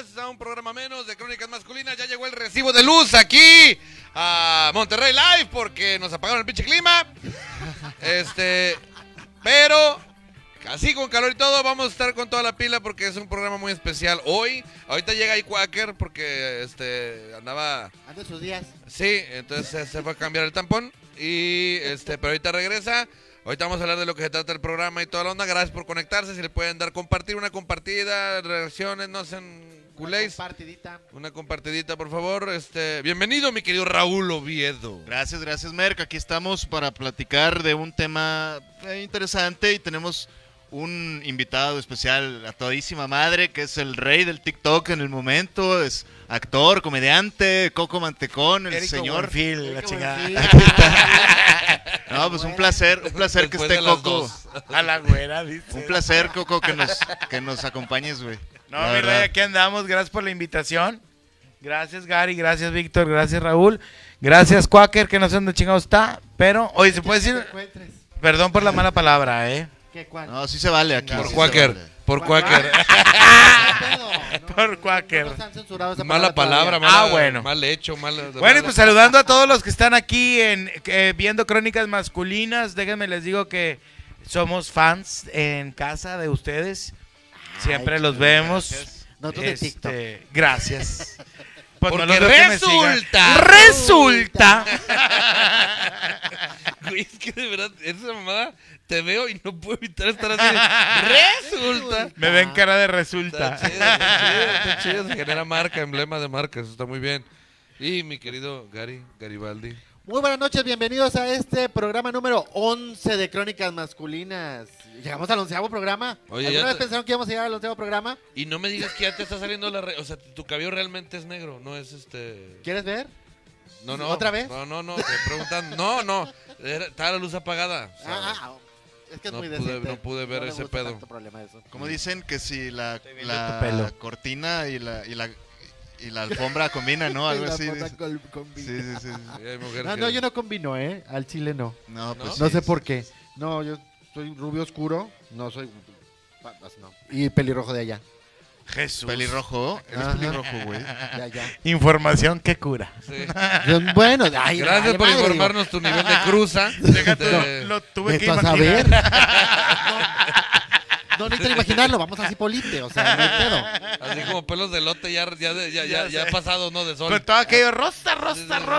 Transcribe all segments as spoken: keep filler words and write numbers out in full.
más a un programa menos de Crónicas Masculinas. Ya llegó el recibo de luz aquí a Monterrey Live porque nos apagaron el pinche clima. Este, pero así con calor y todo, vamos a estar con toda la pila porque es un programa muy especial hoy. Ahorita llega ahí Quaker porque este andaba... Anda sus días. Sí, entonces se fue a cambiar el tampón y este, pero ahorita regresa. Ahorita vamos a hablar de lo que se trata el programa y toda la onda. Gracias por conectarse. Si le pueden dar compartir, una compartida, reacciones, no sean culéis. Una compartidita. Una compartidita, por favor. Este, bienvenido, mi querido Raúl Oviedo. Gracias, gracias, Merck. Aquí estamos para platicar de un tema eh, interesante y tenemos un invitado especial a todísima madre, que es el rey del TikTok en el momento. Es actor, comediante, Coco Mantecón, el Érico señor. Buenfil, la chingada. No, pues un placer, un placer que Después esté de las Coco. dos. A la güera, dice. Un placer, Coco, que nos, que nos acompañes, güey. No, La mi verdad. rey, aquí andamos. Gracias por la invitación. Gracias, Gary. Gracias, Víctor. Gracias, Raúl. Gracias, Quaker, que no sé dónde chingado está. Pero, oye, ¿se puede decir? Perdón por la mala palabra, ¿eh? ¿Qué, cuál? No, sí se vale aquí. Por sí se Quaker, vale. por Quaker. Por Quaker. No nos han censurado esa Mala palabra, todavía. mala, Ah, bueno. mal hecho, mal. Bueno, y pues saludando a todos los que están aquí en eh, viendo Crónicas Masculinas. Déjenme les digo que somos fans en casa de ustedes. Siempre Ay, los vemos. gracias. Nosotros de Este, TikTok. Gracias. Pues Porque no los veo que me sigan. resulta. Resulta. Güey, es que de verdad, esa mamada te veo y no puedo evitar estar así. Resulta. Me ven cara de Está resulta. chido, está chido, está chido, se genera marca, emblema de marca, eso está muy bien. Y mi querido Gary, Garibaldi. Muy buenas noches, bienvenidos a este programa número once de Crónicas Masculinas. Llegamos al onceavo programa. Oye, ¿Alguna ya vez te- pensaron que íbamos a llegar al onceavo programa? Y no me digas que ya te está saliendo la... Re... O sea, tu cabello realmente es negro, no es este... ¿Quieres ver? No, no. ¿Otra vez? No, no, no, te preguntan. No, no, era- estaba la luz apagada. o sea, Ah, ah, es que es no muy pude- decente. no pude ver me ese gusta pedo. tanto problema eso. Como dicen que si la, viendo la tu pelo. cortina y la, y la y la alfombra combinan, ¿no? Algo La así. foto dice. con- combina. Sí, sí, sí. sí, hay mujer No, que- no, yo no combino, ¿eh? Al chile no. No, pues No sí, sé sí. por qué. No, yo soy rubio oscuro. No soy... no. Y pelirrojo de allá. Jesús. Pelirrojo. Eres Ajá. pelirrojo, güey. De allá. Información que cura. Sí. Yo- bueno, ay, Gracias vale por madre, informarnos tu nivel de cruza. Déjate, Este, lo, lo tuve que Vete a imaginar. saber. No, no necesito imaginarlo, vamos así polite, o sea, no hay pedo. Así como pelos de lote ya, ya, ya, ya, Ya ya sé. pasado, ¿no? De sol. Con todo aquello rosa, Sí, rosa, sí, sí,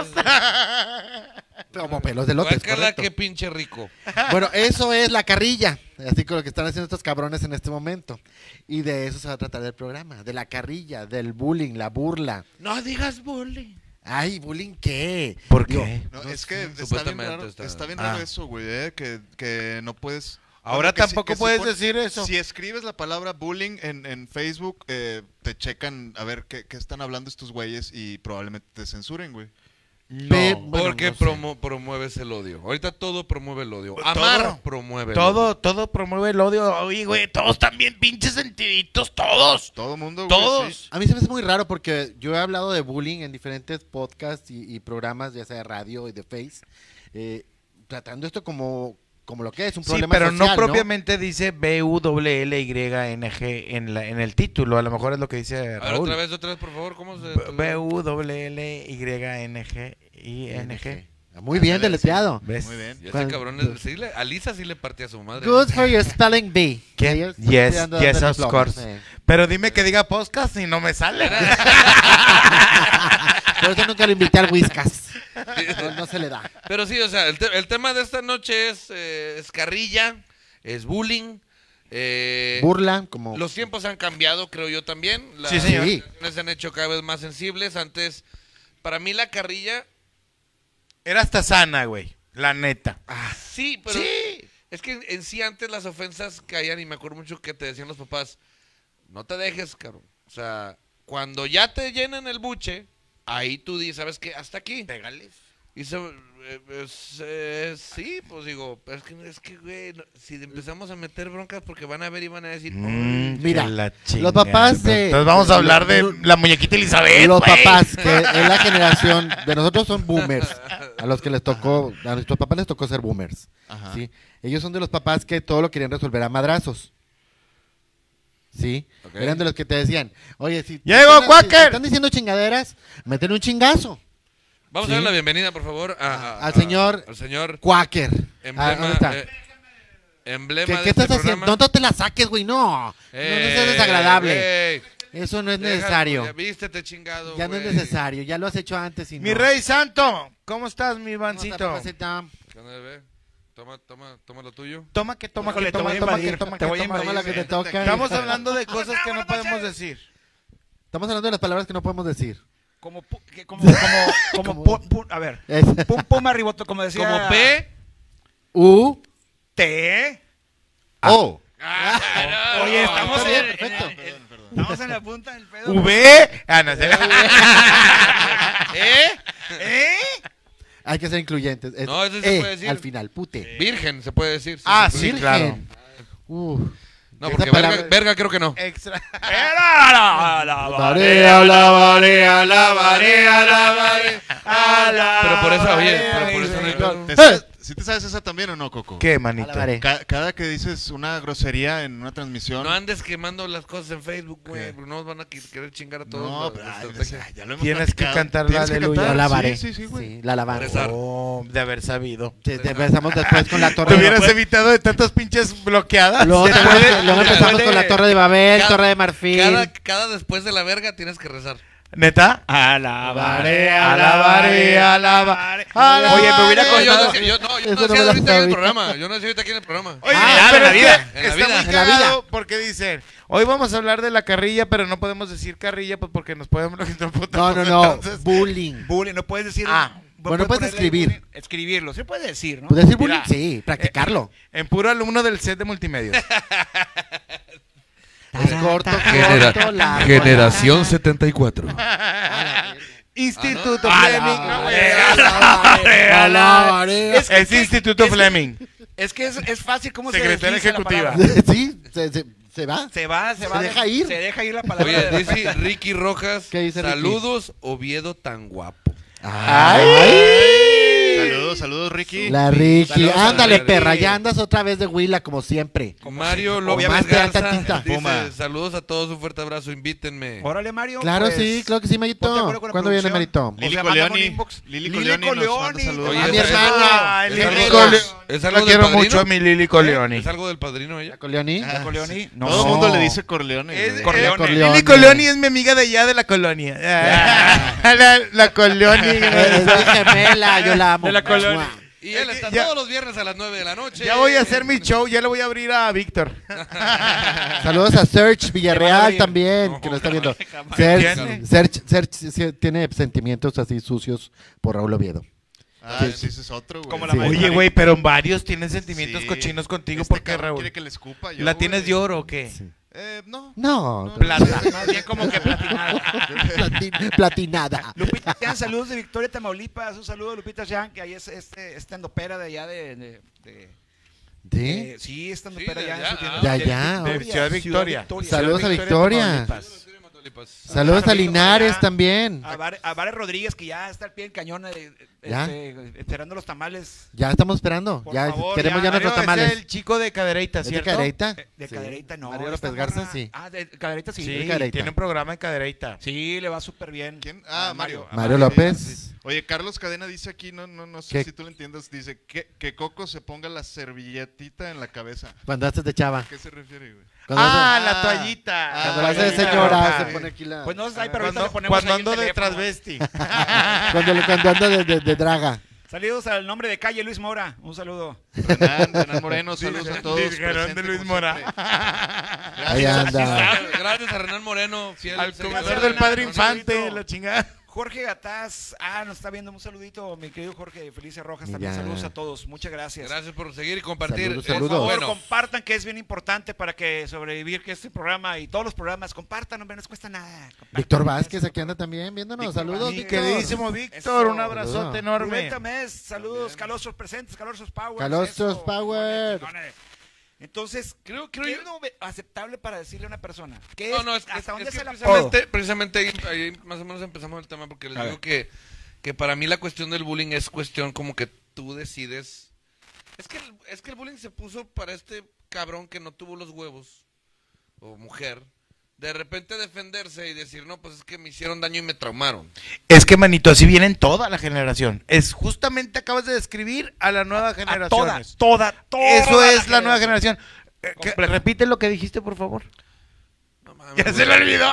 rosa. Como pelos de lotes, Guácala, correcto. qué pinche rico. Bueno, eso es la carrilla, así con lo que están haciendo estos cabrones en este momento. Y de eso se va a tratar el programa, de la carrilla, del bullying, la burla. No digas bullying. Ay, ¿bullying qué? ¿Por Digo, qué? No, no es sé, que está bien supuestamente raro, está- está bien Ah. raro eso, güey, eh, que, que no puedes... Ahora bueno, que si- tampoco que si puedes pon- decir eso. Si escribes la palabra bullying en, en Facebook, eh, te checan a ver qué, qué están hablando estos güeyes y probablemente te censuren, güey. Pe- No. bueno, Porque no sé. promo- promueves el odio. Ahorita todo promueve el odio. Todo. Amar promueve el odio. Todo, todo promueve el odio. Oye, güey, todos también pinches sentiditos, todos. Todo mundo, güey. Todos. sí. A mí se me hace muy raro porque yo he hablado de bullying en diferentes podcasts y, y programas, ya sea de radio y de Face, eh, tratando esto como, como lo que es, un Sí, problema pero social, no propiamente dice B U W L Y N G en, la, en el título. A lo mejor es lo que dice A ver, Raúl. otra vez, otra vez, por favor. ¿Cómo se...? B U W L Y N G I N G. Muy bien Ándale, deletreado. ¿Ves? Muy bien. Y ese ¿Cuál? cabrón, es- sí le- a Lisa sí le partía a su madre. Good for your spelling bee. ¿Quién? Ellos Yes, estudiando yes, dando of diplomas, course. eh. Pero dime que diga podcast y no me sale. Por eso nunca lo invité al Whiskas. No, no se le da. Pero sí, o sea, el, te- el tema de esta noche es, eh, es carrilla, es bullying. eh, Burla, como... Los tiempos han cambiado, creo yo también. Las Sí, señor. relaciones se han hecho cada vez más sensibles. Antes, para mí la carrilla, Era hasta sana, güey. La neta. sí, pero Sí. es que en, en sí antes las ofensas caían y me acuerdo mucho que te decían los papás, no te dejes, cabrón. O sea, cuando ya te llenan el buche, ahí tú dices, ¿sabes qué? Hasta aquí. Pégales. Y se, eh, es, eh, sí, pues digo, es que, es que, güey, no- si empezamos a meter broncas porque van a ver y van a decir, Mm, Mira, que la los chingada. papás de- Entonces vamos a hablar de lo- la muñequita Elizabeth, Los güey. papás, que es la generación de nosotros son boomers. A los que les tocó, a nuestros papás les tocó ser boomers. Ajá. ¿sí? Ellos son de los papás que todo lo querían resolver a madrazos. Sí, Ok. eran de los que te decían, oye, si, ¡Ya llegó, si- Quaker! si están diciendo chingaderas, meten un chingazo. Vamos Sí. a dar la bienvenida, por favor, a- a- Al a- señor al señor Quaker. Ah, emblema, ¿dónde está? eh, emblema ¿Qué, de qué este estás haciendo? programa. No, no te la saques, güey, no. no, no seas Eh, desagradable. ey, Eso no es deja- necesario. ya vístete, chingado, Ya no es güey. necesario, ya lo has hecho antes y no. Mi rey santo, ¿cómo estás, mi ¿Cómo está, Vancito? papacita? ¿Qué onda, bebé? Toma, toma, toma lo tuyo. Toma que toma Híjole, que te toma, voy a toma que invadir, toma te que voy a toma. Toma la que te toca. Estamos hablando de cosas que no podemos decir. Estamos hablando de las palabras que no podemos decir. Como, pu- que- como, como, como, Como- pu- pu- a ver, Es pum puma riboto, como decía. Como P. U T. O. Oye, estamos está bien, en, perfecto. en- en- estamos en la punta del pedo. V. Ah, no sé. ¿Eh? ¿Eh? Hay que ser incluyentes. Es No, eso sí se E puede decir. al final, pute. Virgen, se puede decir. Ah, se puede sí, decir. claro. Uh. No, Esa porque palabra- verga, verga creo que no. Extra. Era la, la, la, Barea, la barea, la barea, la barea. Pero por eso, oye, pero por eso no hay pedo. ¿Te sabes- ¿Sí te sabes esa también o no, Coco? ¿Qué, manito? Alabaré. Ca- cada que dices una grosería en una transmisión. No andes quemando las cosas en Facebook, güey, ¿Qué? porque no nos van a qui- querer chingar a todos. No, la- pero, la ay, estrategia. ya lo hemos Tienes que platicado. cantar la Tienes que aleluya. cantar, La alabaré. Sí, sí, sí, güey. Sí, la alabaré. Rezar. Oh, de haber sabido. Te- te Empezamos después con la torre Te de hubieras Babel. evitado de tantas pinches bloqueadas. Luego, Se tenemos- puede- luego se empezamos puede- con la torre de Babel, cada- torre de marfil. Cada, cada después de la verga tienes que rezar. ¿Neta? Alabaré, alabaré, alabaré, alabaré. Oye, me hubiera No, yo contado. decía, yo, no, yo Eso no no decía me la ahorita aquí en el sabía. programa. Yo no decía ahorita aquí en el programa. Oye, Ah, pero en la es vida. que En la está vida. muy En la vida. cagado porque dicen, hoy vamos a hablar de la carrilla, pero no podemos decir carrilla pues porque nos podemos... No, no, no. Entonces, Bullying. Bullying, no puedes decir. Ah, bueno, puedes ponerle escribir. bullying, Escribirlo, sí puedes decir, ¿no? ¿Puedes decir bullying? Mira. Sí, practicarlo. en puro alumno del set de multimedios. Es corto, Genera- corto, largo. Generación setenta y cuatro. Instituto Ah, Fleming. la- No, güey. Alabaré, alabaré. Es- Es Instituto es que- Fleming. Es que es, es fácil cómo Secretaria se desliza la ejecutiva. palabra. Sí, se, se, se va. Se va, se Se va. deja ir. Se deja ir la palabra. Oye, de dice repente. Ricky Rojas. ¿Qué dice Ricky? Saludos, Oviedo tan guapo. Ay. Saludos, saludos, Ricky. La Ricky. Saludos a la Ándale, Ricky. perra, ya andas otra vez de Huila como siempre. Mario sí, López obviamente, Garza tantita. dice, Puma. saludos a todos, un fuerte abrazo, invítenme. Órale, Mario. Claro, pues, sí, claro que sí, ponte de Marito. acuerdo con la ¿Cuándo viene, producción. Marito? Lili O sea, mándame un Coleoni. inbox. Lili Lili Coleoni nos manda Coleoni. saludos. Oye, A mi ¿es- hermana. Ay, ¿Es Lili algo, Cole- de- ¿Es Lo algo del quiero padrino? mucho a mi Lili Coleoni. ¿Es algo del padrino ella? ¿La Coleoni? Ah, Coleoni. sí. No. Todo el mundo le dice Corleone. Es- güey. Corleone. eh, Corleone. Lili Coleoni es mi amiga de allá de la colonia. la, la Coleoni. Es mi gemela, yo la amo. De la Coleoni. Mua. Y él está Ya- todos los viernes a las nueve de la noche. Ya voy a hacer mi show, ya le voy a abrir a Víctor. Saludos a Serge Te van a Villarreal abrir. también, No, que nos está viendo. jamás. Serge, ¿Tiene? Serge, Serge sí tiene sentimientos así sucios por Raúl Oviedo. Ah, Sí. sí, ese es otro, güey. Como la Sí. maestra. Oye, güey, pero varios tienen sentimientos Sí. cochinos contigo. Este ¿Por qué, cabrón Raúl? quiere que le escupa yo, ¿La tienes güey. de oro o qué? Sí. Eh, no. No, No, Plata. Más bien como que platinada. plati- platinada. Lupita Jean, saludos de Victoria, Tamaulipas. Un saludo a Lupita Jean, que ahí es este estandopera de allá de... de, de- ¿Sí? de- sí, estandopera Sí, de allá en su allá. tienda. De allá. De Ciudad Victoria. Saludos a Victoria. Tamaulipas. Saludos a Saludos Linares allá. también. A Vare, a Vare Rodríguez, que ya está al pie del cañón, eh, Ya. este, esperando los tamales Ya estamos esperando. Por Ya favor, queremos ya, ya, nuestros Mario, ese tamales. es el chico de Cadereita, ¿Es de ¿cierto? Cadereyta? eh, de Sí. Cadereyta. No, Mario esta López Garza, morra- sí. Ah, de Cadereyta sí. Sí, de Cadereyta. tiene un programa en Cadereita. Sí, le va súper bien. ¿Quién? Ah, A Mario. a Mario Ah, López. sí. Oye, Carlos Cadena dice aquí, no, no, no sé ¿Qué? si tú lo entiendes, dice que, que Coco se ponga la servilletita en la cabeza. Cuando haces de chava. ¿A qué se refiere, güey? Cuando Ah, haces- la toallita. Ah, cuando la lo hace de toallita señora, roja. se pone aquí la... Pues no sé, pero ahorita Cuando, le ponemos cuando ahí el ando de teléfono. transvesti. cuando, cuando anda de, de- de draga. Saludos al nombre de calle Luis Mora. Un saludo. Renan, Renan Moreno, saludos a todos. Dijeron de presente Luis como Mora. siempre. Ahí Gracias. anda. Gracias, gracias a Renan Moreno, fiel Al seguidor comedor Gracias, del padre Renan. Un Infante, saludito. la chingada. Jorge Gataz, ah, nos está viendo, un saludito, mi querido Jorge Felicia Rojas, también Ya. saludos a todos, muchas gracias. Gracias por seguir y compartir. Saludos, Eh, Por saludos. favor, Bueno, compartan, que es bien importante para que sobrevivir que este programa y todos los programas, compartan, hombre, no les cuesta nada. Compartan. Víctor Vázquez aquí anda también viéndonos. Víctor Saludos, Vázquez. Mi Víctor. queridísimo Víctor, Eso. un abrazote enorme. Rubén Tamés, saludos, Calostros presentes, Calostros Power. Calostros Power. Entonces, creo, creo ¿qué yo- es lo ve- aceptable para decirle a una persona? ¿Qué No, es, no, es, hasta es- dónde es que se la precisamente, precisamente ahí, ahí más o menos empezamos el tema porque les A digo ver. que, que para mí la cuestión del bullying es cuestión como que tú decides. Es que, el- es que el bullying se puso para este cabrón que no tuvo los huevos. o mujer, de repente defenderse y decir, no, pues es que me hicieron daño y me traumaron. Es que, manito, así vienen toda la generación. Es justamente acabas de describir a la nueva generación. Toda, toda, toda. Eso es la nueva generación. Eh, que- repite lo que dijiste, por favor. No mames, Ya güey. se le olvidó.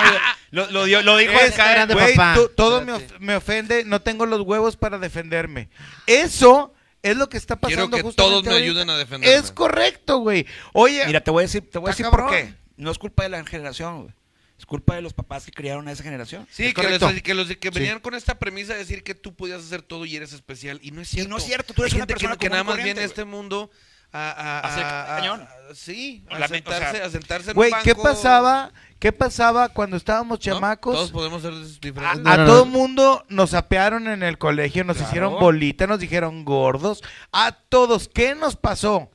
Lo, lo, dio- lo dijo Es acá, grande, Güey, papá. tú- todo me, Espérate. of- me ofende, no tengo los huevos para defenderme. Eso es lo que está pasando. Quiero que justamente todos me ahorita. ayuden a defenderme. Es correcto, güey. Oye, Mira, te voy a decir, te voy a Está decir por cabrón. qué. No es culpa de la generación, güey. Es culpa de los papás que criaron a esa generación. Sí, Es que, les- correcto. que los que venían con esta premisa de decir que tú podías hacer todo y eres especial. Y no es Y cierto. no es cierto, tú eres Hay una gente que- persona que, común nada y más corriente, viene a güey. este mundo a, a, A ser a- a- cañón. a- sí, La a me- o sentarse, sea, a sentarse en güey, un ¿qué banco. pasaba? ¿Qué pasaba cuando estábamos ¿No? chamacos? Todos podemos ser A, diferentes. No, a no, todo no. mundo nos apearon en el colegio, nos Claro. hicieron bolita, nos dijeron gordos. A todos, ¿qué nos pasó?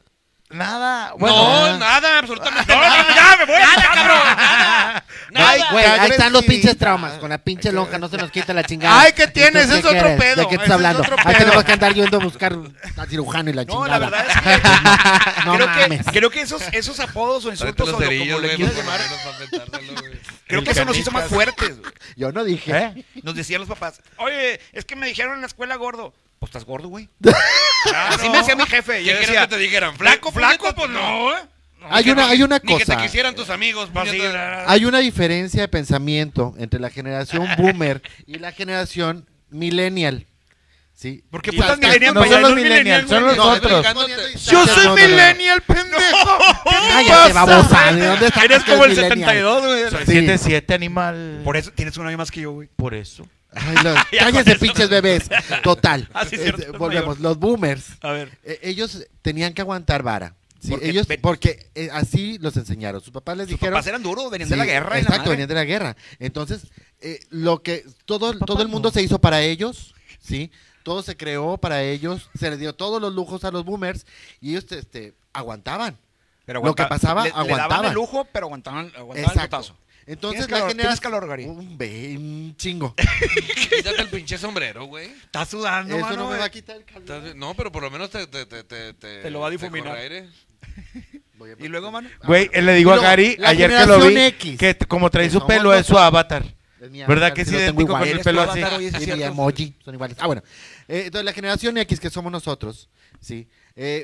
Nada. Bueno, no, nada, absolutamente nada. ya me voy a Nada, cabrón, nada. Ay, Nada. güey, ahí están los agresividad. pinches traumas. Con la pinche lonja no se nos quita la chingada. Ay, ¿qué ¿Y tú tienes? qué Es otro quieres? pedo. ¿De qué Ese estás es hablando? otro Ahí pedo. tenemos que andar yendo a buscar al cirujano y la No, chingada. la verdad es que No creo, mames. que creo que esos, esos apodos o Tráete insultos o los lo- cerillos, como le güey, quieras por lo llamar, menos para aventárselo, güey. creo El que eso nos hizo canicas. más fuertes, güey. Yo no dije. ¿Eh? Nos decían los papás, oye, es que me dijeron en la escuela gordo. Pues estás gordo, güey. Claro. Así me decía mi jefe. Y yo ¿Qué querías decía, que te dijeran? ¿Flaco? flaco, puñeta? pues no, ¿eh? Hay que una, no- hay una Ni que te cosa. quisieran tus amigos, Pues sí, puñeta. la- la- Hay una diferencia de pensamiento entre la generación boomer y la generación millennial. ¿Sí? Porque O sea, putas está- millennial, no para son allá, los no es millennials, son güey. los No, otros. estoy poniendo distancia. Yo soy No, no, no. millennial, pendejo. Cállate, babosa. ¿De dónde sacas Eres que como el millennial? setenta y dos, güey. Soy Sí. siete siete, animal. Por eso tienes un año más que yo, güey. Por eso. Ay, los- cállense, pinches bebés. Total. Ah, sí, cierto, Este, es volvemos. mayor. Los boomers, A ver. eh, ellos tenían que aguantar vara. ¿sí? Porque- ellos, ve- porque eh, así los enseñaron. Sus papás les Sus dijeron. papás eran duros, venían Sí, de la guerra. y la Exacto, madre. venían de la guerra. Entonces, eh, lo que todo, Papá, todo el mundo no. se hizo para ellos, ¿sí? Todo se creó para ellos, se les dio todos los lujos a los boomers y ellos este, aguantaban. Pero Lo que aguanta- pasaba, le- Le daban aguantaban. el lujo, pero aguantaban, aguantaban el Exacto. putazo. Entonces, ¿Tienes la calor? generación. ¿Tienes calor, Gary? Un, be- un chingo. Quítate el pinche sombrero, güey. Estás sudando, Eso mano, no me güey. va a quitar el calor. Estás- No, pero por lo menos te... Te, te, te, Te lo va a difuminar. corre aire. Voy a- Y luego, mano. Güey, él le digo Y a luego, Gary, la ayer que lo vi, generación X, que t- como trae que su somos pelo es su nosotros. avatar. Es mi ¿Verdad avatar, que es lo tengo idéntico igual. con el Eres pelo tu así? avatar, oye, sí es Y mi cierto. emoji son iguales. Ah, bueno. Eh, entonces, la generación X, que somos nosotros, ¿sí? Eh,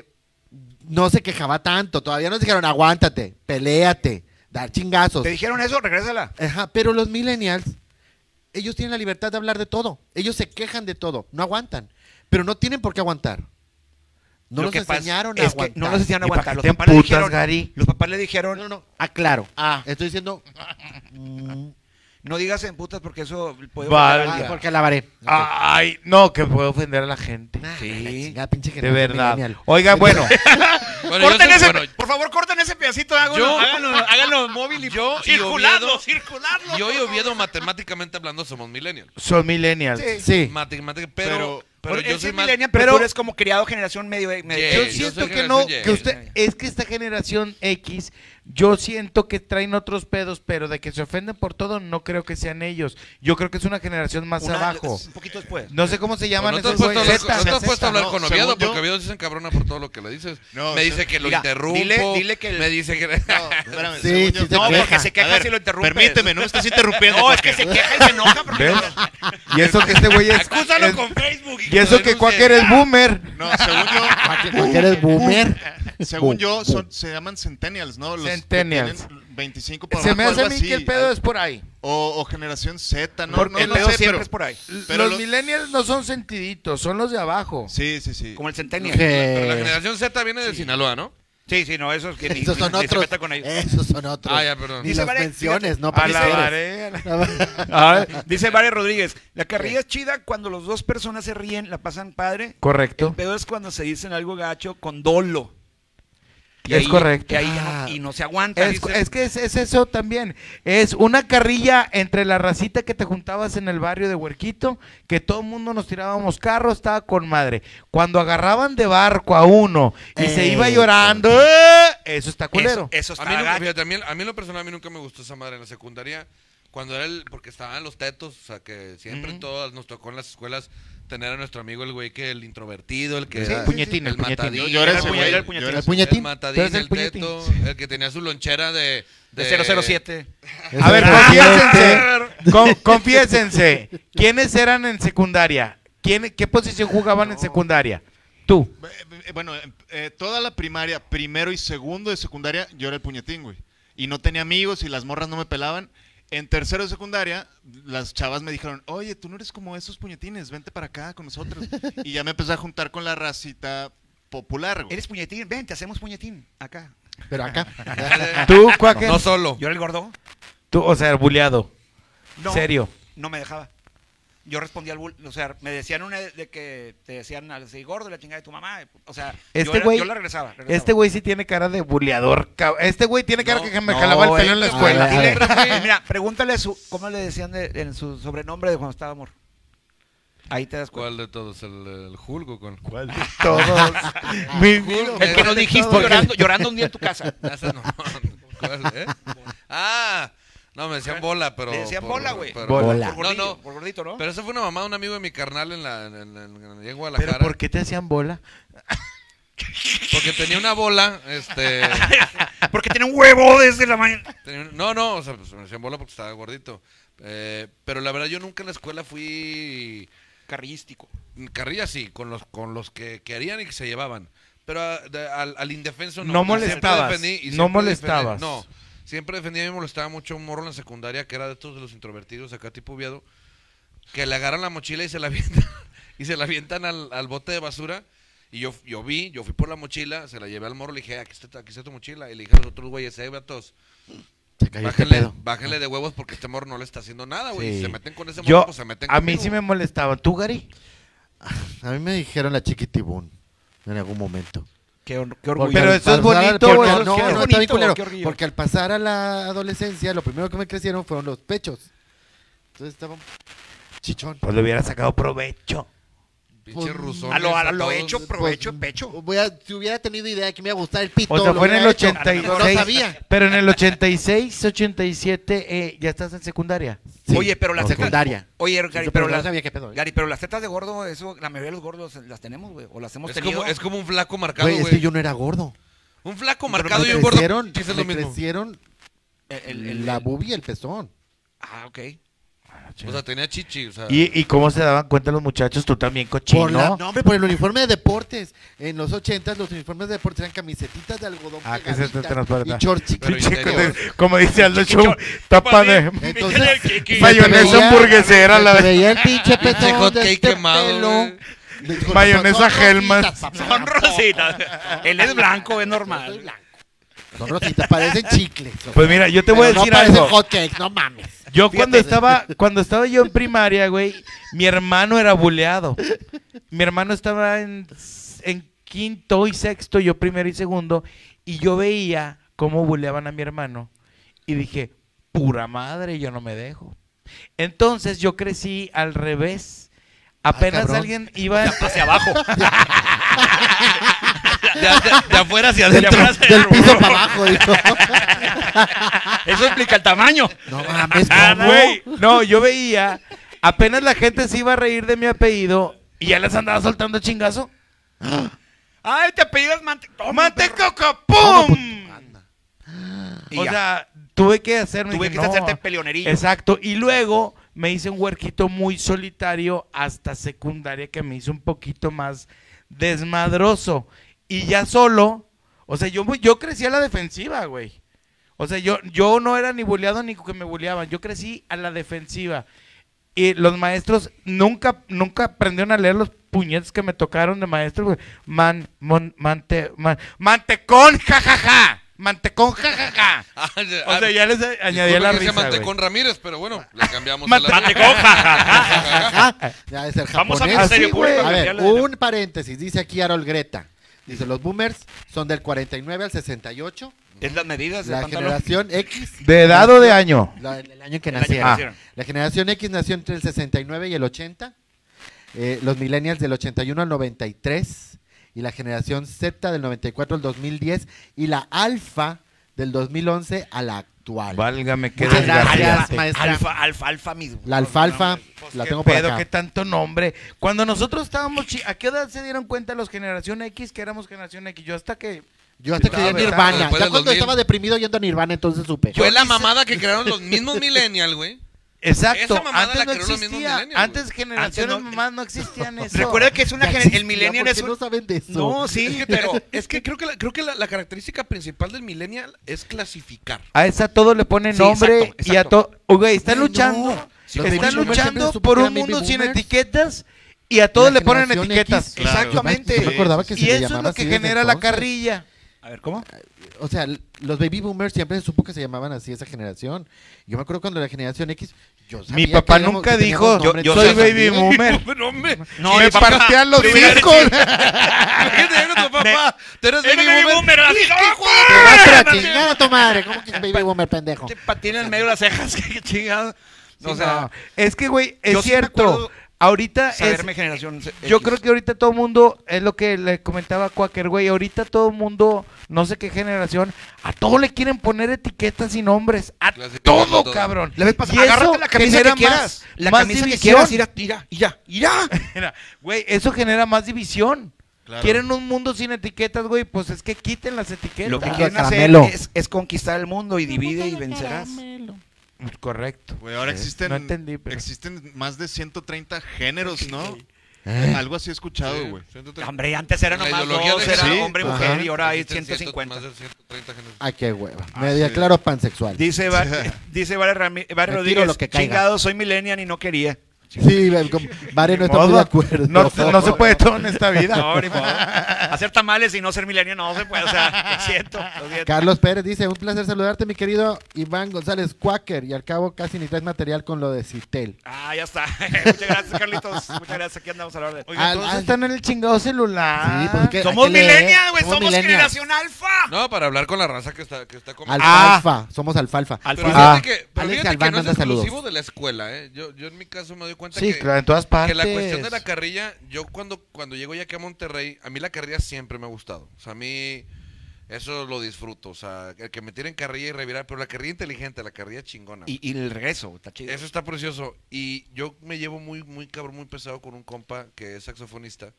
no se quejaba tanto. Todavía nos dijeron, aguántate, peléate, dar chingazos. ¿Te dijeron eso? Regrésala. Ajá, pero los millennials, ellos tienen la libertad de hablar de todo. Ellos se quejan de todo, no aguantan. Pero no tienen por qué aguantar. No Lo nos que pasa enseñaron a es que aguantar. no nos enseñaron a ¿Y para aguantar. qué Los te papás le emputas, dijeron, Gary? los papás le dijeron, No, no, no. Aclaro. Ah. Estoy diciendo. mm, no digas en putas porque eso puede Vale. ofender al ah, día. porque lavaré. Ok. Ay, no, que puede ofender a la gente. Nah, sí. la chingada, pinche De generación verdad. millennial. Oiga, bueno, Bueno, yo Corten soy- ese, bueno, por favor, corten ese pedacito. Háganlo, Yo- háganlo, háganlo móvil y Yo y circularlo, Oviedo- circularlo. Yo y por favor. Oviedo, matemáticamente hablando, somos millennials. son millennials. Sí. Sí. Matemáticamente, Pero- pero, pero, Porque yo él sí soy es más... millennial, pero, pero- tú eres como criado generación medio... medio Yeah. Yo yo siento soy que no, generación que Y. usted, es que esta generación X, yo siento que traen otros pedos, pero de que se ofenden por todo, no creo que sean ellos. Yo creo que es una generación más Una- abajo. Un poquito después. No sé cómo se Pues llaman no te has esos puesto a güeyes. hablar, no te has Zeta, puesto a hablar no, con según Oviedo, yo- porque Oviedo se encabrona por todo lo que le dices. No, me se- dice que lo mira, interrumpo. dile- dile que el- Me dice que... No, espérame, Sí, según sí yo- se No, queja. porque se A queja ver, si lo interrumpes. Permíteme, no me estás interrumpiendo. No, es que Quaker. se queja y se enoja porque... ¿Ves? Y eso que este güey es... Acúsalo es- con Facebook. y eso que Quaker es boomer. No, según yo, Porque eres boomer. según Boom, yo, boom. son, se llaman centennials, ¿no? Los que Centennials. tienen veinticinco para Se me abajo, hace a algo mí que el así. pedo es por ahí. O, o generación Z, ¿no? Porque no, el no pedo sé, siempre pero- es por ahí. Pero los lo- millennials no son sentiditos, son los de abajo. Sí, sí, sí. Como el Centennial. Pero la Que- generación Z viene de Sinaloa, ¿no? Sí, sí, no, eso es que ni, Esos son ni se otros. meta con ellos. Esos son otros. Ah, ya, perdón. Ni Dice las Vare- menciones, no A la pareceres. varé, a la- Ah, dice Vare Rodríguez, la carrilla es chida cuando las dos personas se ríen, la pasan padre. Correcto. El pedo es cuando se dicen algo gacho con dolo. Y Es ahí- correcto. que ahí ya no- Ah. y no se aguanta. Es, dice. es que es, es eso también. Es una carrilla entre la racita que te juntabas en el barrio de Huerquito, que todo el mundo nos tirábamos carro, estaba con madre. Cuando agarraban de barco a uno y se Eh, iba llorando, ¡eh! Eso está culero. Eso, eso A está mí, nunca, gacho. fíjate, a, mí, a mí en lo personal, a mí nunca me gustó esa madre en la secundaria. Cuando era el, porque estaban los tetos, o sea, que siempre Ujú. todas nos tocó en las escuelas tener a nuestro amigo el güey que el introvertido, el que Sí, era sí, puñetín, el el puñetín. matadillo, Yo era Era ese el güey. puñetín, yo el puñetín. era El ese- puñetín. el matadín, Tú eres el el puñetín. teto, el que tenía su lonchera de, De cero cero siete. A ver, confiésense. con- confiésense. ¿Quiénes eran en secundaria? ¿Quién, ¿Qué posición jugaban en secundaria? Tú. Eh, eh, Bueno, eh, eh, toda la primaria, primero y segundo de secundaria, yo era el puñetín, güey. Y no tenía amigos y las morras no me pelaban. En tercero de secundaria, las chavas me dijeron, oye, tú no eres como esos puñetines, vente para acá con nosotros. Y ya me empecé a juntar con la racita popular, güey. Eres puñetín, ven, te hacemos puñetín. Acá. Pero acá. Tú, Quaker. No solo. Yo era el gordo. Tú, o sea, buleado. No. Serio. No me dejaba. Yo respondía al bull, o sea, me decían una de que te decían así, gordo, la chingada de tu mamá. O sea, yo, Este era- güey. yo la regresaba, regresaba. Este güey sí tiene cara de buleador. cab- Este güey tiene cara No, que me no, jalaba el pelo en la eh, escuela. a ver, a ver. Y mira, pregúntale su, cómo le decían de- en su sobrenombre de cuando estaba amor. Ahí te das cuenta. ¿Cuál de todos? ¿El, el Julgo? ¿Con cuál? Todos. Mi vida. El que nos dijiste llorando, llorando un día en tu casa. Ese no. ¿Cuál, eh? Ah, no, me decían bola, pero... Le decían por- bola, güey. pero- Bola. Por No, gordito, no. por gordito, ¿no? Pero eso fue una mamá de un amigo de mi carnal en, la, en, en- en- en Guadalajara. ¿Pero por qué te hacían bola? Porque tenía una bola, este... Porque tiene un huevo desde la mañana. tenía un- no, no, o sea, pues, me decían bola porque estaba gordito. Eh, pero la verdad yo nunca en la escuela fui... Carrillístico. Carrilla sí, con los, con los que querían y que se llevaban. Pero a- de- al, al indefenso no. No Y siempre molestabas, defendí- y no siempre molestabas. defendí- no, siempre defendía y me molestaba mucho un morro en la secundaria que era de estos de los introvertidos acá tipo Oviedo, que le agarran la mochila y se la avientan, y se la avientan al, al bote de basura. Y yo, yo vi, yo fui por la mochila, se la llevé al morro, le dije, aquí está, aquí está tu mochila. Y le dije a los otros güeyes, eh, vatos, Se cayó este bájenle, pedo. bájenle de huevos porque este morro no le está haciendo nada, güey. Sí. Si se meten con ese morro, Yo, pues se meten a mí conmigo. sí me molestaba. ¿Tú, Gary? A mí me dijeron la chiquitibún en algún momento. Qué, or- qué Porque orgullo. Pero al eso es pasar- bonito, porque- o eso es no, qué no, está bonito, bien culero, qué orgullo. porque al pasar a la adolescencia, lo primero que me crecieron fueron los pechos. Entonces estaba un chichón. Pues le hubiera sacado provecho. Pinche Pues, rusones A lo, a a lo todos. hecho, provecho, pecho. Voy a- si hubiera tenido idea que me iba a gustar el pito. O sea, lo fue en el hubiera hecho, ochenta y pero seis. no sabía. Pero en el ochenta y seis, ochenta y siete, eh, ya estás en secundaria. Sí, Oye, pero las en tetas- secundaria. Oye, Gary, Yo, pero, pero no las, sabía qué pedo. ¿eh? Gary, pero las tetas de gordo, eso, la mayoría de los gordos las tenemos, güey. O las hemos Es tenido. como, es como un flaco marcado, Güey, güey. es que yo no era gordo. Un flaco Pero marcado me y un gordo. crecieron, Sí, es me lo mismo. crecieron El- el- el- la el- boobie y el pezón. Ah, ok. O sea, tenía chichi. O sea, ¿Y, ¿Y cómo se daban cuenta los muchachos? Tú también, cochino. Por la, no, hombre, por el uniforme de deportes. En los ochentas los uniformes de deportes eran camisetitas de algodón Ah, que se te pegaditas transporta. y shorts Pero chiquitos. interior. Como dice Aldo Show, tapa de Entonces, se te mayonesa veía- hamburguesera. se La te veía el pinche Pinche pezón hot de cake este quemado, pelo. güey. De- con- Mayonesa son Hellmann's. rositas, papá. Son rositas. Él es blanco, es Yo soy normal. blanco. Son rositas, parecen chicles. Pues mira, yo te voy a Pero decir no parecen algo. hot cakes, no mames. Yo cuando Fíjate. estaba, cuando estaba yo en primaria, güey, mi hermano era buleado. Mi hermano estaba en, en quinto y sexto, yo primero y segundo, y yo veía cómo buleaban a mi hermano. Y dije, pura madre, yo no me dejo. Entonces yo crecí al revés. Apenas cabrón. alguien iba Hacia abajo. de, de- de afuera hacia Del, adentro. tro- del piso para abajo, dijo. Eso explica el tamaño. No mames, Ah, ¿cómo? güey, no, yo veía, apenas la gente se iba a reír de mi apellido y ya les andaba soltando chingazo. Ay, te apellidas Mante... Toma, ¡Mantecoco! ¿Cómo, ¡Pum! Y O ya. sea, tuve que hacerme. Tuve dije, que no. hacerte peleonerillo. Exacto. Y luego me hice un huerquito muy solitario hasta secundaria que me hizo un poquito más desmadroso. Y ya solo, o sea, yo, yo crecí a la defensiva, güey. O sea, yo, yo no era ni buleado ni que me buleaban. Yo crecí a la defensiva. Y los maestros nunca, nunca aprendieron a leer los puñetes que me tocaron de maestros, güey. Man, mon, mante, man, mantecón, jajaja. Mantecón, jajaja. Ah, O sea, ya les añadí la disculpe que sea risa, Mantecón güey. Ramírez, pero bueno, le cambiamos Mante- el Mantecón, Ajá. Ya debe ser Vamos a japonés. Ministerio Así, Público. güey. A ver, cambiarle de- un paréntesis, dice aquí Harold Greta. Dice, los boomers son del cuarenta y nueve al sesenta y ocho. Es las medidas del La pantalón. generación X. ¿De edad o de año? La- el año que El año que nacieron. nacieron. La generación X nació entre el sesenta y nueve y el ochenta. Eh, los millennials del ochenta y uno al noventa y tres. Y la generación Z del noventa y cuatro al dos mil diez. Y la alfa del dos mil once a la actual. Válgame, qué Muchas gracias, desgraciante. maestra. Alfa, alfa, alfa mismo. La alfalfa, Pues, la ¿Qué tengo por pedo? acá. ¿Qué tanto nombre? Cuando nosotros estábamos chi- ¿a qué edad se dieron cuenta los generación X que éramos generación X? Yo hasta que Yo hasta Sí, creía en estaba, Nirvana. después Ya del cuando dos mil. estaba deprimido yendo a Nirvana, entonces supe. Fue la mamada que crearon los mismos millennials, güey. Exacto, Esa mamada antes la no creó los mismos existía, millennials, antes güey. generaciones Antes no- mamás no existían eso. Recuerda que es una Ya gener- existía, el millennial ¿por es qué un... no saben de eso? No, sí, pero Es que creo que, la, creo que la, la característica principal del millennial es clasificar. A esa todo le ponen Sí, nombre exacto, y a exacto. todo, güey, están Güey, luchando, no. Los están baby boomers siempre luchando supo por que un eran baby mundo sin boomers. etiquetas y a todos La le ponen generación etiquetas. X. Claro. Exactamente. Yo me acordaba que Sí, se Y le eso es llamaba lo que así desde genera la entonces. carrilla. A ver, ¿cómo? O sea, l- los baby boomers siempre se supo que se llamaban así esa generación. Yo me acuerdo cuando la generación X, yo sabía Mi que papá éramos- nunca que teníamos dijo, nombre yo soy todos baby también. boomer. No, hombre. No, Y mi me papá- partían los me hubiera hijos. Imagínate llegar con tu papá. Tú eres Eres baby baby boomer. boomer, así, ¡Hijo Te de vas a la Martín. chingada tu madre. ¿Cómo que es baby boomer, pendejo? Te patina en medio de las cejas, qué chingado. O O sea, sea, es que, güey, es yo sí me cierto. acuerdo Ahorita es, saberme generación yo X. creo que ahorita todo el mundo, es lo que le comentaba a Quaker, güey, ahorita todo el mundo, no sé qué generación, a todo le quieren poner etiquetas y nombres, a Clasifican todo, todo. cabrón. La vez pasada, Y eso agárrate la camisa genera que quieras. más- la más camisa que división. quieras, irá, irá, y ya, irá. Mira, güey, eso genera más división. Claro. Quieren un mundo sin etiquetas, güey, pues es que quiten las etiquetas. Lo que Ah, quieren hacer caramelo. es, es conquistar el mundo y divide y vencerás. Correcto. Güey, ahora Eh, existen, no entendí, pero- existen más de ciento treinta géneros, ¿no? ¿Eh? Algo así he escuchado, güey. Hombre, antes eran La nomás ideología dos, de era sí, hombre y ajá. mujer, y ahora hay Existen ciento ciento- cincuenta. Más de ciento treinta géneros. Ay, qué hueva. Ah, Me sí. declaro pansexual. Dice, Va- dice Vare, Rami- Vare Me tiro Rodríguez, lo que caiga. chingado, soy millennial y no quería. Sí, como- Vare no Ni está muy de modo. acuerdo. No, no se puede todo en esta vida. No, ni modo. Hacer tamales y no ser millennial no se puede, o sea, lo siento, lo siento. Carlos Pérez dice, un placer saludarte, mi querido Iván González Quaker, y al cabo casi ni traes material con lo de Citel. Ah, ya está. Muchas gracias, Carlitos. Muchas gracias. Aquí andamos a hablar de... Oigan, Al- todos al- están en el chingado celular. Sí, pues, ¿qué? Somos hay que leer, millennials, güey. Somos, millennials. generación alfa. No, para hablar con la raza que está, que está comiendo. Alfalfa, somos alfalfa. Alfa. Pero Ah. fíjate que, pero Alex fíjate que Galván no es manda saludos. exclusivo de la escuela, ¿eh? Yo, yo en mi caso me doy cuenta Sí, que, claro, en todas partes. que la cuestión de la carrilla, yo cuando, cuando llego ya aquí a Monterrey, a mí la carrilla siempre me ha gustado. O sea, a mí eso lo disfruto. O sea, el que me tiren carrilla y revirar, pero la carrilla inteligente, la carrilla chingona. Y, y el regreso, está chido. Eso está precioso. Y yo me llevo muy, muy cabrón, muy pesado con un compa que es saxofonista.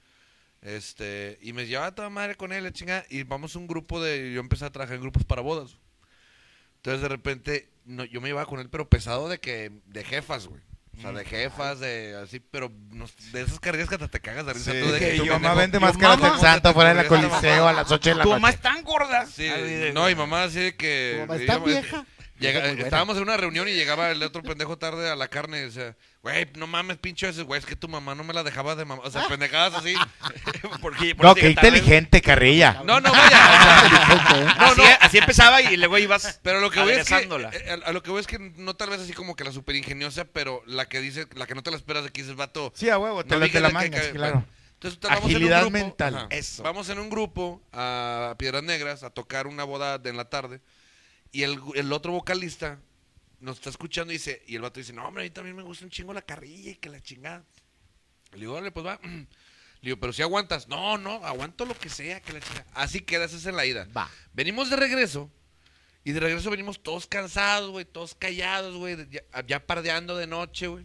Este, y me llevaba toda madre con él, la chingada. Y vamos a un grupo de. Yo empecé a trabajar en grupos para bodas. Entonces de repente, no, yo me llevaba con él, pero pesado de que, de jefas, güey. O sea, de jefas, de así, pero nos- de esas carreras que hasta te cagas de risa. Sí. tú de Que que tu yo mamá pendejo, vende yo, máscaras mamá, del santo fuera de la ¿cómo te te Coliseo ocurrió a esta las ocho de la Tu mamá noche. es tan gorda. Sí, Ay, de- no, y mamá así de que... Tu mamá está digamos, vieja. llega- Está muy buena. estábamos en una reunión y llegaba el otro pendejo tarde a la carne y decía, güey, no mames, pinche ese, güey, es que tu mamá no me la dejaba de mamá. O sea, pendejadas así. Porque, por No, eso qué llegué tarde. inteligente, Carrilla. No, no, vaya. o sea, No, así, así empezaba y luego ibas pero lo que voy es que, aderezándola. eh, a, a lo que voy es que no tal vez así como que la super ingeniosa, pero la que dice, la que no te la esperas de que dices, vato. Sí, a huevo, te no la, digas te la de que- mangas, que- claro. bueno, entonces vamos en un Agilidad grupo, mental. ajá, Eso. Vamos en un grupo a Piedras Negras a tocar una boda de en la tarde y el, el otro vocalista nos está escuchando y dice, y el vato dice, no, hombre, a mí también me gusta un chingo la carrilla y que la chingada. Le digo, dale, pues va. Le digo, pero si aguantas. No, no, aguanto lo que sea, que la chingada. Así quedas, esa es la ida. Va. Venimos de regreso y de regreso venimos todos cansados, güey, todos callados, güey, de- ya, ya pardeando de noche, güey.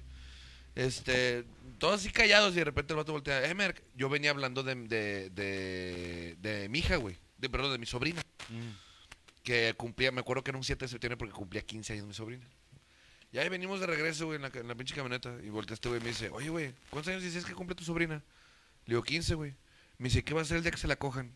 Este, todos así callados y de repente el vato voltea, eh, Merck, yo venía hablando de, de, de, de mi hija, güey, de, perdón, de mi sobrina, que cumplía, me acuerdo que era un siete de septiembre porque cumplía quince años mi sobrina. Y ahí venimos de regreso, güey, en la, en la pinche camioneta y voltea este güey y me dice, oye, güey, ¿cuántos años dices que cumple tu sobrina? Le digo, quince, güey. Me dice, ¿qué va a hacer el día que se la cojan?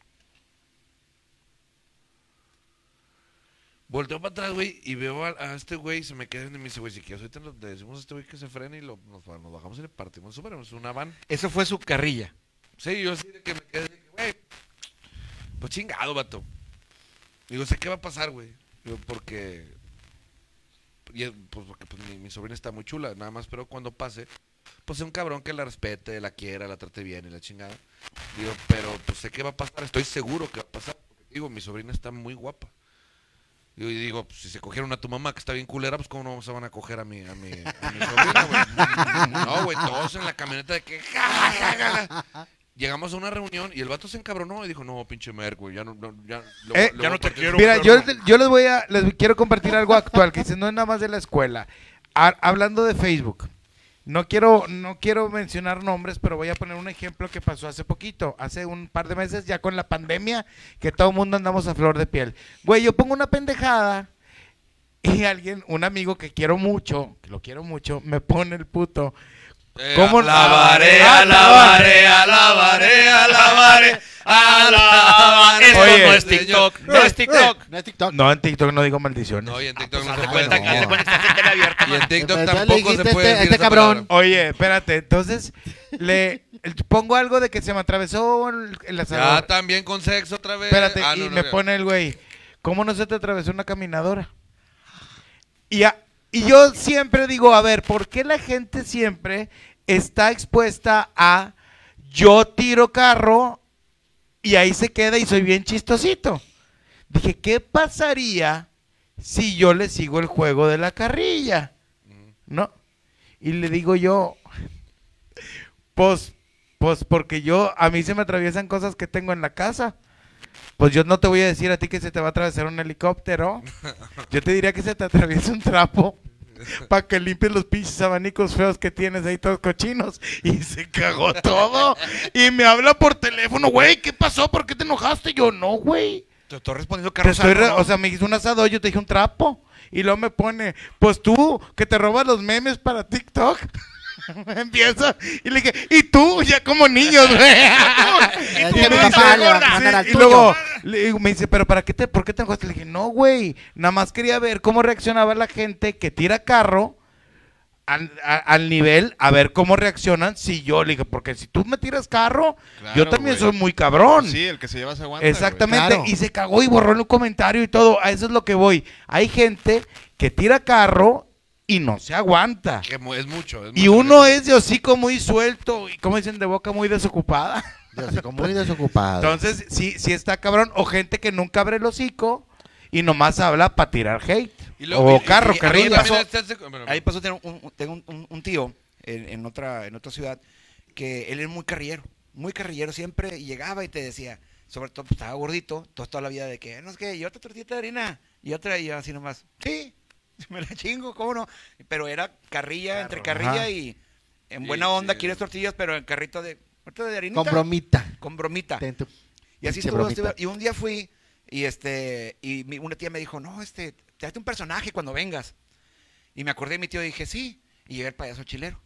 Volteo para atrás, güey, y veo a, a este güey y se me queda viendo y me dice, güey, si quieres ahorita lo- le decimos a este güey que se frene y lo, nos, nos bajamos y le partimos súper, es una van. Eso fue su carrilla. Sí, yo así de que me quedé, de que, güey, pues chingado, vato. Digo, sé qué va a pasar, güey. Digo, porque, y es- pues porque pues, mi, mi sobrina está muy chula, nada más, pero cuando pase, pues es un cabrón que la respete, la quiera, la trate bien y la chingada. Digo, pero pues sé qué va a pasar, estoy seguro que va a pasar. Porque, digo, mi sobrina está muy guapa. Digo, y digo, pues, si se cogieron a tu mamá que está bien culera, pues cómo no se van a coger a mi, a mi, a mi sobrina, güey. No, güey, todos en la camioneta de que ja, ja, ja, ja. Llegamos a una reunión y el vato se encabronó y dijo, no, pinche Merck, güey, ya no, no, ya, lo- Eh, lo ya voy no a te partir". quiero. Mira, yo, yo les voy a, les quiero compartir algo actual, que dice, no es nada más de la escuela. Ha- hablando de Facebook, No quiero, no quiero mencionar nombres, pero voy a poner un ejemplo que pasó hace poquito, hace un par de meses, ya con la pandemia, que todo el mundo andamos a flor de piel. Güey, yo pongo una pendejada y alguien, un amigo que quiero mucho, que lo quiero mucho, me pone el puto. Eh, ¿Cómo? alabaré, Ah, alabaré, alabaré, alabaré, alabaré. Esto Oye, no es TikTok, no es TikTok. No es TikTok. No, en TikTok no digo maldiciones. No, y en TikTok no Hazte se puede. cuenta, no. hazte cuenta que estás en tele abierta. Y en TikTok Entonces, le tampoco dijiste se puede este- decir este esa cabrón. palabra. Oye, espérate, entonces le pongo algo de que se me atravesó el, el asador. Ya también con sexo otra vez. Espérate, Ah, y no, no, me no. pone el güey, ¿cómo no se te atravesó una caminadora? Y, a- y yo siempre digo, a ver, ¿por qué la gente siempre está expuesta a yo tiro carro y ahí se queda y soy bien chistosito? Dije, ¿qué pasaría si yo le sigo el juego de la carrilla? ¿No? Y le digo yo, pues, pues porque yo, a mí se me atraviesan cosas que tengo en la casa. Pues yo no te voy a decir a ti que se te va a atravesar un helicóptero. Yo te diría que se te atraviesa un trapo para que limpies los pinches abanicos feos que tienes ahí todos cochinos. Y se cagó todo. Y me habla por teléfono, güey, ¿qué pasó? ¿Por qué te enojaste? Yo, no, güey. Te estoy respondiendo Te Carlos estoy re- Algo, ¿no? O sea, me hizo un asado, yo te dije un trapo. Y luego me pone, pues tú, que te robas los memes para TikTok. Empieza. Y le dije, ¿y tú? Ya como niños, güey. Es Y que me mi dice, papá le va a "Sí", mandar al y tuyo. luego le digo- me dice, ¿pero para qué te, por qué te enojaste? Le dije, no, güey. Nada más quería ver cómo reaccionaba la gente que tira carro al, a- al nivel, a ver cómo reaccionan si yo le dije, porque si tú me tiras carro, Claro, yo también güey. soy muy cabrón. Sí, el que se lleva se aguanta. Exactamente, Claro. y se cagó y borró en un comentario y todo. A eso es lo que voy. Hay gente que tira carro y no se aguanta. Que mu- es mucho. Es Y mucho. uno es de hocico muy suelto y, como dicen, de boca muy desocupada. Yo soy como muy desocupado. Entonces, sí, sí está cabrón. O gente que nunca abre el hocico y nomás habla para tirar hate. Y luego- o y- carro, y- y- carrilla. ahí pasó- También este- este- bueno, Ahí pasó, tengo un, un- tengo un, un- un tío en, en otra, en otra ciudad que él es muy carrillero, muy carrillero siempre, y llegaba y te decía, sobre todo, pues, estaba gordito, toda, toda la vida de que, no es que, y otra tortita de harina, y otra, y yo así nomás, sí, me la chingo, ¿cómo no? Pero era carrilla, entre carrilla ajá. y en Sí, buena onda sí. quieres tortillas, pero en carrito de, torta de harinita. Con bromita. Con bromita. Ten tu Y así pinche estuvo, bromita. estuvo- y un día fui y este y mi- una tía me dijo, no, este, tráete un personaje cuando vengas. Y me acordé de mi tío y dije, sí. Y llegué el payaso chilero.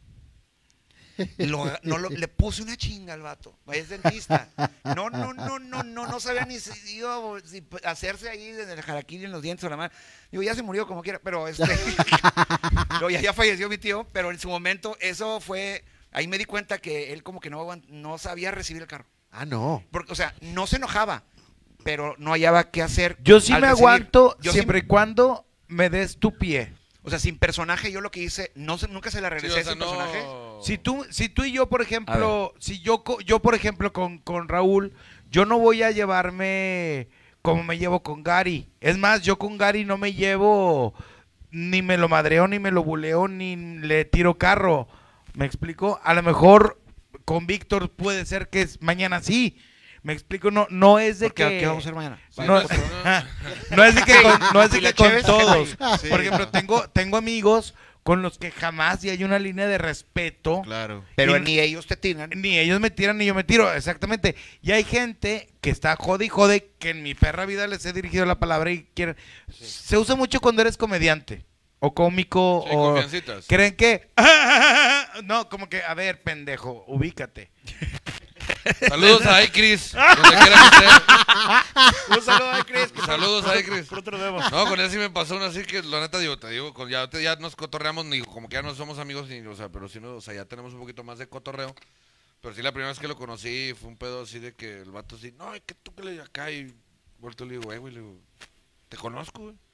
Lo- no, lo- le puse una chinga al vato. Es dentista. No, no, no, no, no, no sabía ni si, iba a- si hacerse ahí en el jaraquín en los dientes o la mano. Digo, ya se murió como quiera, pero este. Luego ya, ya falleció mi tío, pero en su momento eso fue. Ahí me di cuenta que él como que no, aguant- no sabía recibir el carro. Ah, no. Porque, o sea, no se enojaba, pero no hallaba qué hacer. Yo sí al me recibir. aguanto Yo sí- siempre y cuando me des tu pie. o sea, sin personaje, yo lo que hice, no se- nunca se la sí, regresé o a sea, ese no- personaje. Si tú, si tú y yo, por ejemplo, si yo, co- yo por ejemplo, con, con Raúl, yo no voy a llevarme como me llevo con Gary. Es más, yo con Gary no me llevo, ni me lo madreo, ni me lo buleo, ni le tiro carro. ¿Me explico? A lo mejor con Víctor puede ser que es mañana sí. ¿Me explico? No, no es de ¿Por qué, que... ¿Qué vamos a hacer mañana? Sí, No, no, no es de que con, no es de ¿Y la que con Cheves? todos. Sí. Por ejemplo, tengo, tengo amigos con los que jamás y hay una línea de respeto. Claro. Pero y- ni ellos te tiran. Ni ellos me tiran ni yo me tiro, exactamente. Y hay gente que está jode y jode, que en mi perra vida les he dirigido la palabra y quieren... Se usa mucho cuando eres comediante o cómico Sí, o... confiancitas. Creen que... No, como que, a ver, pendejo, ubícate. Saludos a Chris, donde quiera que esté. Un saludo a Chris. que Saludos a Chris. pronto nos vemos. No, con él sí me pasó una así que la neta digo, te digo, con- ya, ya nos cotorreamos, ni como que ya no somos amigos, ni, o sea, pero sí, no, o sea, ya tenemos un poquito más de cotorreo. Pero sí, la primera vez que lo conocí fue un pedo así de que el vato así, no, es que tú que le acá y vuelto le digo, eh, güey, le digo, te conozco, güey.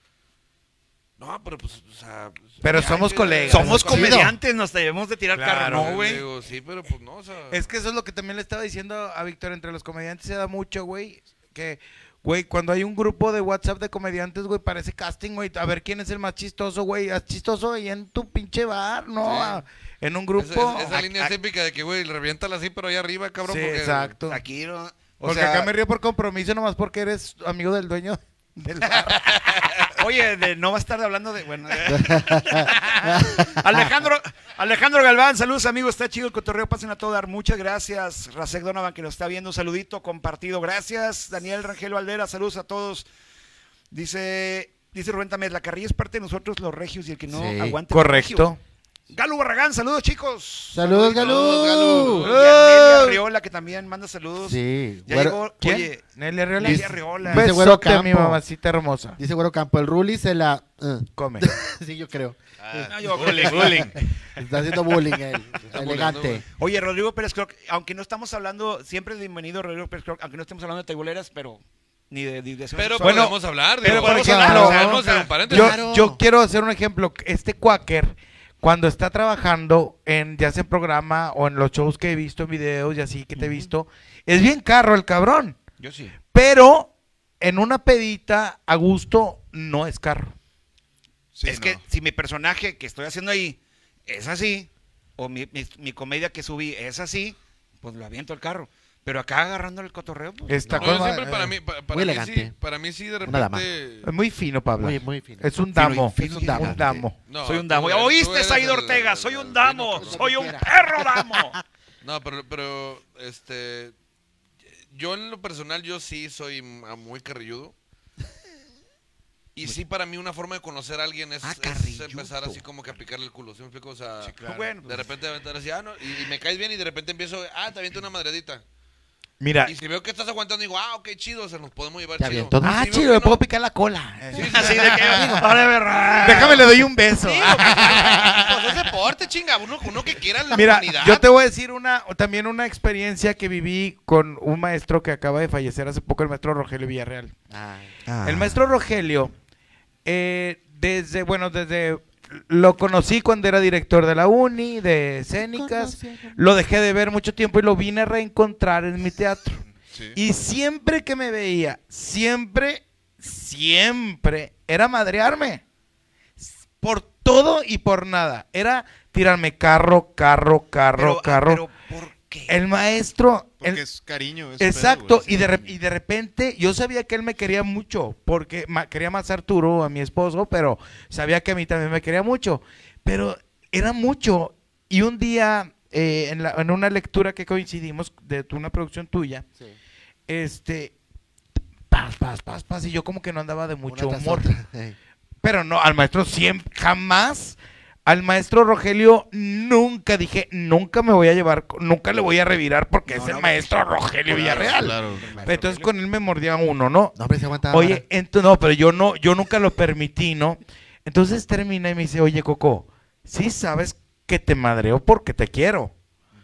No, pero pues, o sea... pues, Pero ya, somos que- colegas. Somos Chido. comediantes, nos debemos de tirar Claro, carro, ¿no, güey? Le digo, sí, pero pues no, o sea... Es que eso es lo que también le estaba diciendo a Víctor, entre los comediantes se da mucho, güey, que, güey, cuando hay un grupo de WhatsApp de comediantes, güey, parece casting, güey, a ver quién es el más chistoso, güey, haz chistoso ahí en tu pinche bar, ¿no? Sí. A- en un Esa, grupo. esa- esa a- línea a- típica de que, güey, reviéntala así, pero allá arriba, cabrón, Sí, porque... exacto. Aquí no. O Porque sea, acá me río por compromiso nomás porque eres amigo del dueño del bar. Oye, de, no va a estar hablando de. Bueno. Alejandro, Alejandro Galván, saludos amigos, está chido el cotorreo, pasen a todo dar. Muchas gracias. Rasek Donovan que nos está viendo, un saludito compartido, gracias. Daniel Rangel Valdera, saludos a todos. Dice, dice Rubén Tamés, la carrilla es parte de nosotros los regios y el que no Sí. aguante. Correcto. Galo Barragán, saludos chicos. Saludos, Saludos, Galú. Y a Nelia Arriola que también manda saludos. Sí. Ya Güero- llegó, ¿Quién? oye, Nelly Arriola. Nelia Arriola. Dice Güero Besote a mi Campo. mamacita hermosa. Dice Güero Campo, el Ruli se la... uh. Come. Sí, yo creo. No, yo- Bullying, bullying. Está haciendo bullying él. Está Elegante. bulleando, Oye, Rodrigo Pérez Croc, aunque no estamos hablando, siempre es bienvenido Rodrigo Pérez Croc, aunque no estemos hablando de taiboleras, pero ni de diversión Pero sexual. Bueno, podemos hablar. pero digo, por podemos ejemplo, hablar, o sea, vamos a hacer un paréntesis. Yo, Claro. yo quiero hacer un ejemplo. Este Quaker, cuando está trabajando en ya sea en programa o en los shows que he visto, en videos y así que te he visto, es bien carro el cabrón. Yo sí. Pero en una pedita a gusto no es carro. Sí, es no. que si mi personaje que estoy haciendo ahí es así, o mi, mi, mi comedia que subí es así, pues lo aviento al carro. Pero acá agarrando el cotorreo, pues, Está No, con- yo siempre eh, para mí, pa- para, muy mí elegante. sí, para mí sí de Una dama. repente. Es muy fino, Pablo. Muy, muy fino. Es un Fino y- damo. fino es y un elegante. damo. No, soy un tú damo. eres- tú ¿Oíste, eres Said el- Ortega? el- Soy el un fino, damo. cabrón. Soy un quiera. perro damo. No, pero, pero, este, yo en lo personal, yo sí soy m- muy carrilludo. Y sí, para mí una forma de conocer a alguien es, Ah, es carrilludo. empezar así como que a picarle el culo, ¿sí me explico? O sea, Bueno, de pues, repente aventar así, ah, no, y, y me caes bien y de repente empiezo, ah, te aviento una madredita. Mira. Y si veo que estás aguantando, digo, ah, ok, chido, se nos podemos llevar Te chido. aviento dos. Ah, Si veo chido, que le puedo no, picar la cola. sí, sí, así sí. de que, vale, verdad. Déjame le doy un beso. Sí, pues, pues es deporte, chinga, uno, uno que quiera la Mira, humanidad. yo te voy a decir una, también una experiencia que viví con un maestro que acaba de fallecer hace poco, el maestro Rogelio Villarreal. Ay. El maestro Rogelio, eh, desde, bueno, desde, lo conocí cuando era director de la uni, de escénicas, lo dejé de ver mucho tiempo y lo vine a reencontrar en mi teatro. Sí. Y siempre que me veía, siempre, siempre, era madrearme. Por todo y por nada. Era tirarme carro, carro, carro, Pero, carro. pero, ¿por qué? El maestro... Porque el- es cariño. ese Exacto, pedo, güey, y, de es re- cariño. y de repente yo sabía que él me quería mucho, porque ma- quería más a Arturo, a mi esposo, pero sabía que a mí también me quería mucho, pero era mucho. Y un día, eh, en, la- en una lectura que coincidimos de tu- una producción tuya, Sí. este, paz, paz, paz, paz, y yo como que no andaba de mucho Una tras humor. otra. Ey. Pero no, al maestro siempre, jamás, al maestro Rogelio nunca dije, nunca me voy a llevar, nunca le voy a revirar porque No, es el no, maestro Rogelio Villarreal. Claro. Entonces con él me mordía uno, ¿no? No, hombre, se aguantaba. Oye, ento- no, pero yo no, yo nunca lo permití, ¿no? Entonces termina y me dice, oye, Coco, sí sabes que te madreo porque te quiero.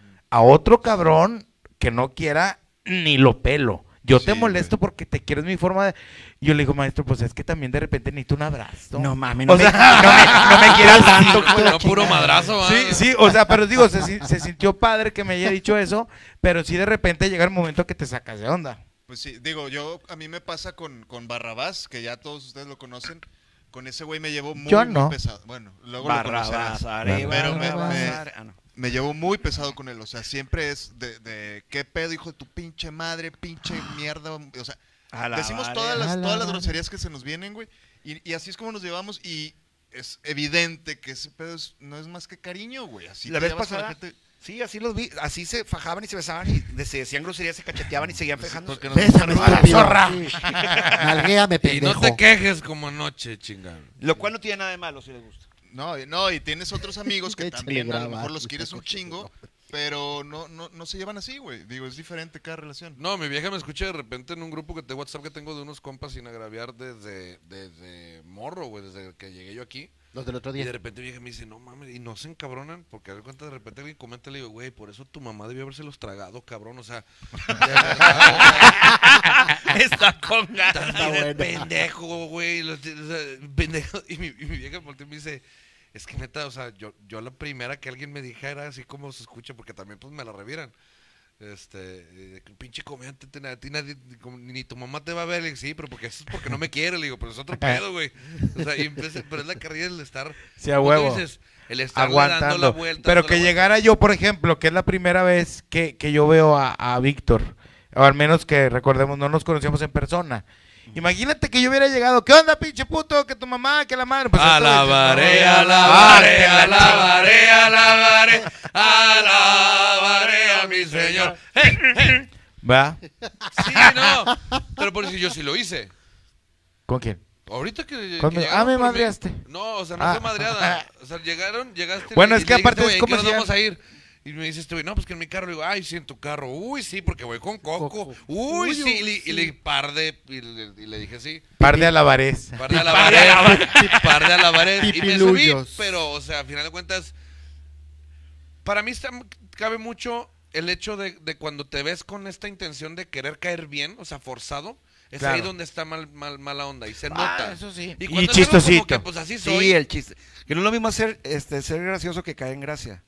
A otro cabrón que no quiera, ni lo pelo. Yo te Sí, molesto güey. porque te quiero, es mi forma de... Yo le digo, maestro, pues es que también de repente necesito un abrazo. No mames, O no, me, sea, no, me, no me quieras tanto. hijo de la No, puro chingada. madrazo, Sí, ¿va? sí, o sea, pero digo, se, si- se sintió padre que me haya dicho eso, pero sí de repente llega el momento que te sacas de onda. Pues sí, digo, yo, a mí me pasa con, con Barrabás, que ya todos ustedes lo conocen. Con ese güey me llevo muy, Yo muy no. pesado. Bueno, luego Barrabás, lo conocerás. are, Pero me- Barrabás, me- are. Ah, no. Me llevo muy pesado con él, o sea, siempre es de, de qué pedo, hijo de tu pinche madre, pinche mierda, o sea, A la decimos vale. todas A las, la todas las vale. groserías que se nos vienen, güey, y, y así es como nos llevamos, y es evidente que ese pedo es- no es más que cariño, güey, así La te vez llevas con la pasada, gente. sí, así los vi, así se fajaban y se besaban y de- se decían groserías, se cacheteaban y seguían fajando. Porque no- Bésame, A la estúpido. zorra. Sí. Nalguéame, Y pendejo. no te quejes como anoche, chingado. Lo cual no tiene nada de malo si les gusta. No, y- no, y tienes otros amigos que Échale también a lo grabado, mejor los puta quieres un cochino. chingo, pero no, no, no se llevan así, güey, digo, es diferente cada relación. No, mi vieja me escucha de repente en un grupo que de WhatsApp que tengo de unos compas sin agraviar desde, desde morro, güey, desde que llegué yo aquí. Los del otro Y de día. repente mi vieja me dice, no mames, y no se encabronan, porque a ver cuenta de repente alguien comenta y le digo, güey, por eso tu mamá debió haberse los tragado, cabrón, o sea, de verdad, Está con ganas. estás Está bien de bueno. pendejo, güey, los- o sea, pendejo. Y mi, y mi vieja voltea y me dice, es que neta, o sea, yo, yo la primera que alguien me dijera así como se escucha, porque también pues me la reviran. Este, eh, que pinche comediante, te- a ti nadie, como, ni tu mamá te va a ver, le digo, sí, pero porque eso es porque no me quiere, le digo, pero es otro pedo, güey. O sea, y empieza- pero es la carrera del estar, Sí, a como tú huevo. dices, el estar dando la Aguantando. vuelta. Pero dando que la vuelta. llegara yo, por ejemplo, que es la primera vez que, que yo veo a, a Víctor, o al menos que recordemos, no nos conocíamos en persona. Imagínate que yo hubiera llegado, ¿qué onda, pinche puto? Que tu mamá, que la madre. Pues, Alabaré, no, alabaré, ah, alabaré, alabaré, alabaré a mi Señor. ¡Hey, hey! ¿Va? Sí, no. Pero por eso yo sí lo hice. ¿Con quién? Ahorita que, que ¿Cuándo? llegaron Ah, me por mí- madreaste. No, o sea, no Ah. fue madreada. O sea, llegaron, llegaste. Bueno, y es que le dijiste, aparte es "Güey, ¿en qué comercial". nos vamos a ir? Y me dice este güey, no, pues que en mi carro. Le digo, ay, sí, en tu carro. Uy, sí, porque voy con Coco. Coco. Uy, Uy, sí. uy, Y, le- sí. y le par de. Y le, y le dije, sí. Par de alabarés. Par de alabarés. Par de alabarés. Y me subí, Pipiluyos. pero, o sea, a final de cuentas, para mí está, cabe mucho el hecho de, de cuando te ves con esta intención de querer caer bien, o sea, forzado, es Claro. ahí donde está mal, mal, mala onda y se Ah, nota. eso sí. Y, Y cuando es algo como chistosito. que, pues así soy. Sí, el chiste. Que no es lo mismo hacer, este, ser gracioso que caer en gracia.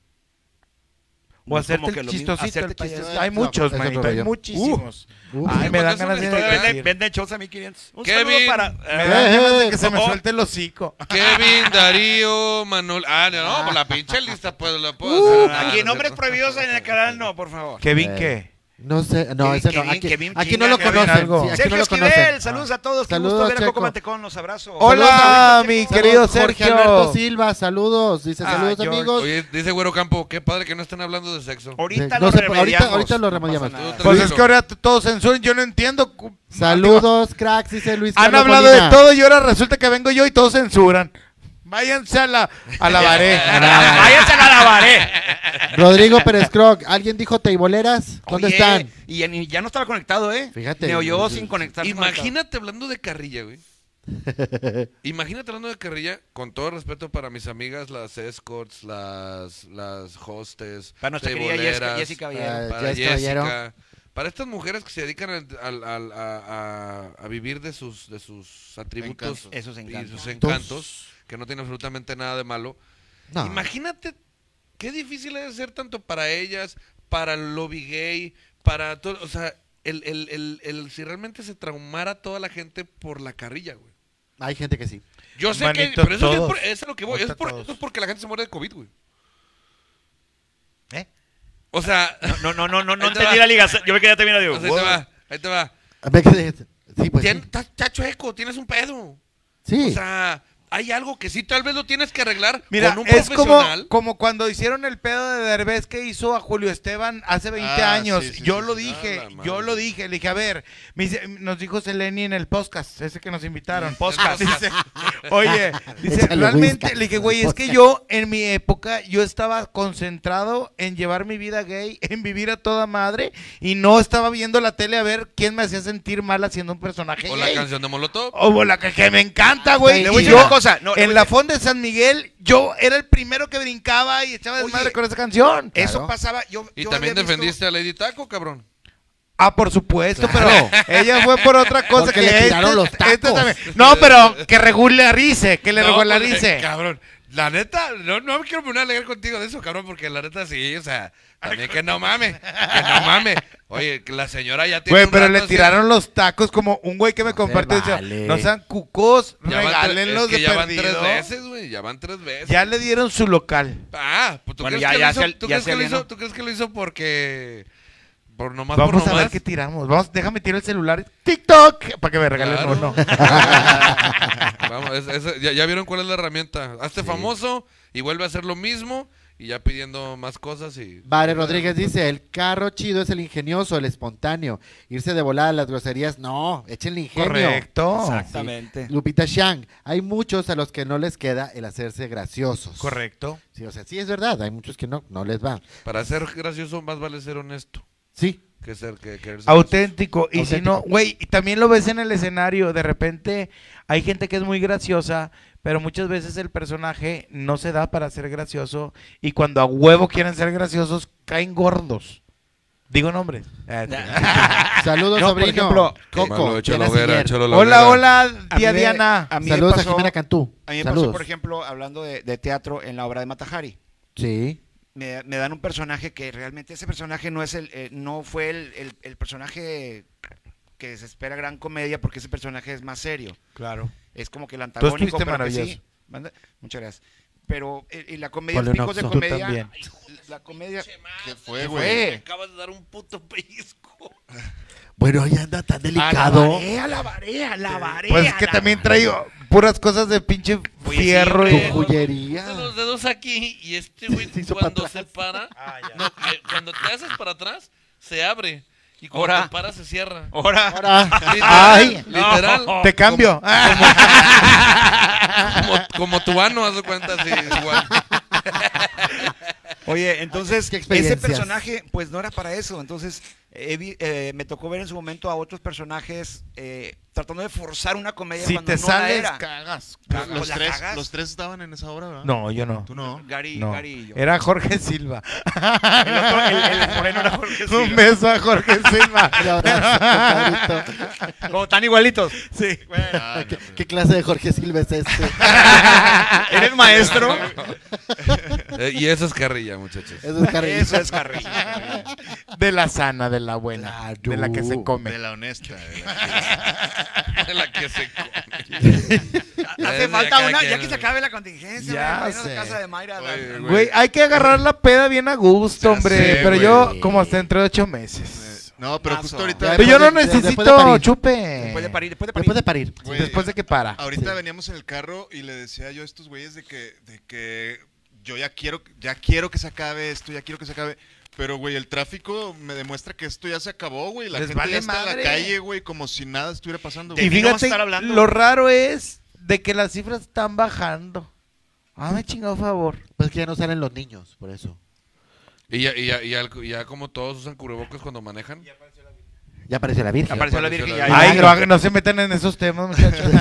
O No es hacerte como que el lo mismo- chistosito. hacerte el payaso. chistosito. Hay muchos, Eso manito, creo hay yo. muchísimos. Uh, Ay, me dan cuando ganas es de una historia decir. Venden shows a mil quinientos. Un Kevin. saludo para... Me eh, dan ganas de Eh, que se me oh. suelte el hocico. Kevin, Darío, Manuel. Ah, no, no, pues la pinche lista, pues la puedo Uh, hacer. aquí Ah, nombres no. prohibidos en el canal, no, por favor. ¿Kevin Eh, qué? No sé, no, Kevin- ese no. Kevin- Aquí, Kevin aquí chinga, no lo Kevin conocen. algo. Sí, aquí Sergio no lo Esquivel, conocen. saludos a todos. Qué Saludos, gusto ver a Checo. Coco Mantecón, los abrazos. Hola, Saludos, mi Saludos, querido Jorge Sergio. Alberto Silva, saludos. Dice, Ah, saludos, George. amigos. Oye, dice Güero Campo, qué padre que no estén hablando de sexo. Ahorita No lo sé, ahorita- remediamos. ahorita lo no remediamos. pasa nada. Pues es que ahora t- todos censuran, yo no entiendo. cu- Saludos, cracks, dice Luis Han Carlos hablado Molina. de todo y ahora resulta que vengo yo y todos censuran. Váyanse a la, a la varé. Váyanse a la lavaré. Rodrigo Pérez Croc, ¿alguien dijo teiboleras? ¿Dónde Oye, están? Y ya, ni- ya no estaba conectado, ¿eh? Fíjate. Me oyó sin conectar. Imagínate hablando de carrilla, güey. Imagínate hablando de carrilla, con todo respeto para mis amigas, las escorts, las, las hostes, Para nuestra querida teiboleras, Jessica, Jessica Villero. Ah, para Jess Caballero. Jessica, para estas mujeres que se dedican al- al- al- a, a- a vivir de sus, de sus atributos Encantos. Esos y encantos. sus encantos, que no tiene absolutamente nada de malo. No. Imagínate qué difícil es ser tanto para ellas, para el lobby gay, para todo, o sea, el, el, el, el- si realmente se traumara toda la gente por la carrilla, güey. Hay gente que sí. Yo sé Manito, que, pero eso, es, todos. por, eso es lo que voy, Ahorita es, por- todos. eso es porque la gente se muere de COVID, güey. ¿Eh? O sea, No, no, no, no, no Ahí te entendí va. la liga. Yo me quedé terminar, digo. o sea, ahí te va, ahí te va. A ver, ¿qué- Sí, pues Tien- sí. Estás está chueco, tienes un pedo. Sí. O sea, hay algo que sí tal vez lo tienes que arreglar Mira, con un es como, profesional. como cuando hicieron el pedo de Derbez que hizo a Julio Esteban hace veinte Ah, años. sí, sí, yo sí, lo sí. dije, Ah, la madre. yo lo dije. Le dije, a ver, me dice- nos dijo Seleni en el podcast, ese que nos invitaron. Podcast. Dice, oye, dice, Échale realmente, whiskas le dije, al güey, es que podcast. yo en mi época, yo estaba concentrado en llevar mi vida gay, en vivir a toda madre, y no estaba viendo la tele a ver quién me hacía sentir mal haciendo un personaje O la gay. canción de Molotov. O la que, que me encanta, güey. Le voy a Y decir yo, una cosa, no, le en voy a la decir- fonda de San Miguel, yo era el primero que brincaba y echaba desmadre Oye, con esa canción. Eso Claro. pasaba. Yo, Y yo también había visto- defendiste a Lady Taco, cabrón. Ah, por supuesto, Claro. pero ella fue por otra cosa. Porque que le tiraron este- los este tacos. también- No, pero que regularice, que le No, regularice. pues, cabrón. La neta, no, no me quiero poner a alegar contigo de eso, cabrón, porque la neta sí, o sea, también que no mames, que no mames. Oye, que la señora ya tiene Güey, un pero rato le así- tiraron los tacos como un güey que me compartió. decía, vale. no sean cucos, Ya van tre- regálenlos es que de ya van perdido. tres veces, güey, ya van tres veces. Ya le dieron su local. Ah, pues tú Bueno, crees ya- que ya lo hizo, se- ¿tú ya crees se que lo hizo, alienó. tú crees que lo hizo porque por nomás Vamos por a ver nomás? qué tiramos. Vamos, déjame tirar el celular. TikTok. Para que me regalen Claro. uno. Vamos, es- es- ya, ya vieron cuál es la herramienta. Hazte famoso y vuelve a hacer lo mismo y ya pidiendo más cosas y Vare Rodríguez dice, el carro chido es el ingenioso, el espontáneo. Irse de volada a las groserías, no, échenle ingenio. Correcto. Exactamente. Lupita Shang, hay muchos a los que no les queda el hacerse graciosos. Correcto. Sí, o sea, sí es verdad, hay muchos que no, no les va. para ser gracioso más vale ser honesto Sí, que ser que querer ser Auténtico. Y si Auténtico. no, güey, y también lo ves en el escenario. De repente hay gente que es muy graciosa, pero muchas veces el personaje no se da para ser gracioso. Y cuando a huevo quieren ser graciosos, caen gordos. Digo nombres. saludos No, por sobrino. ejemplo, Coco, Malo, échalo Diana hoguera, Siller. échalo la Hola, hoguera. hola, A tía mí me- Diana. a mí me Saludos pasó- a Jimena Cantú. A mí me Saludos. pasó, por ejemplo, hablando de, de teatro en la obra de Matajari. Sí, Me, me dan un personaje que realmente ese personaje no es el, eh, no fue el, el- el personaje que se espera gran comedia porque ese personaje es más serio. Claro. Es como que el estuviste antagónico. pero que maravilloso. sí. Manda- Muchas gracias. pero eh, y la comedia, Ponle los un picos de Oxxo. Tú comedia, también. la comedia, ¿Qué fue, ¿qué güey? fue? Acabas de dar un puto pellizco. Bueno, ya anda tan delicado. A la barea, la barea. Pues es que la- también traigo puras cosas de pinche Oye, sí, fierro Tu y... hombre. joyería. Puse los dedos aquí y este güey Se hizo cuando para se atrás. para, no, eh, cuando te haces para atrás, se abre. Y cuando Ahora. te paras, se cierra. Ahora, Ahora, Literal, Ay. literal. No. Te cambio. Como, como tu ano, haz de cuenta, así, igual. oye, entonces ¿Qué ese experiencias? personaje pues no era para eso, entonces eh, vi- eh, me tocó ver en su momento a otros personajes eh, tratando de forzar una comedia Si cuando te no la sales, era. cagas. Pues Los la tres, cagas. los tres estaban en esa obra, ¿verdad? No, yo no. Tú no. Gary, No. Gary y yo. Era Jorge Silva. El, otro, el, el moreno era Jorge Silva. Un beso a Jorge Silva. un abrazo, compadrito. Como tan igualitos. Sí. Ah, ¿Qué, no, pero- qué clase de Jorge Silva es este? ¿Eres maestro? Eh, y eso es carrilla, muchachos. Eso es Carrillo. Eso es carrilla. De la sana, de la buena. Claro. De la que se come. De la honesta. de la De la que se come. Hace Es falta ya cada una, quien. ya que se acabe la contingencia. Ya güey, vayan a sé. la casa de Mayra. a Oye, dar- güey. Güey, hay que agarrar la peda bien a gusto, Ya hombre. sé, pero güey. yo, como hasta dentro de ocho meses. que- No, pero Mazo. justo Ya ahorita. Pero yo no Después de- después de necesito parir. chupe. Después de parir, después de parir. Después de parir. Güey, Después de que para. Ahorita Sí. veníamos en el carro y le decía yo a estos güeyes de que, de que yo ya quiero, ya quiero que se acabe esto, ya quiero que se acabe. Pero, güey, el tráfico me demuestra que esto ya se acabó, güey. La Les gente vale ya está en madre. la calle, güey, como si nada estuviera pasando. De Y güey. mí no vas a fíjate, estar hablando. lo raro es de que las cifras están bajando. Ah, me chingado favor. Pues que ya no salen los niños, por eso. Y ya, y ya, y ya, ya como todos usan cubrebocas cuando manejan. Ya apareció la Virgen. Apareció la apareció Virgen la ya. Ay, ya- no, hagan- no se metan en esos temas, muchachos.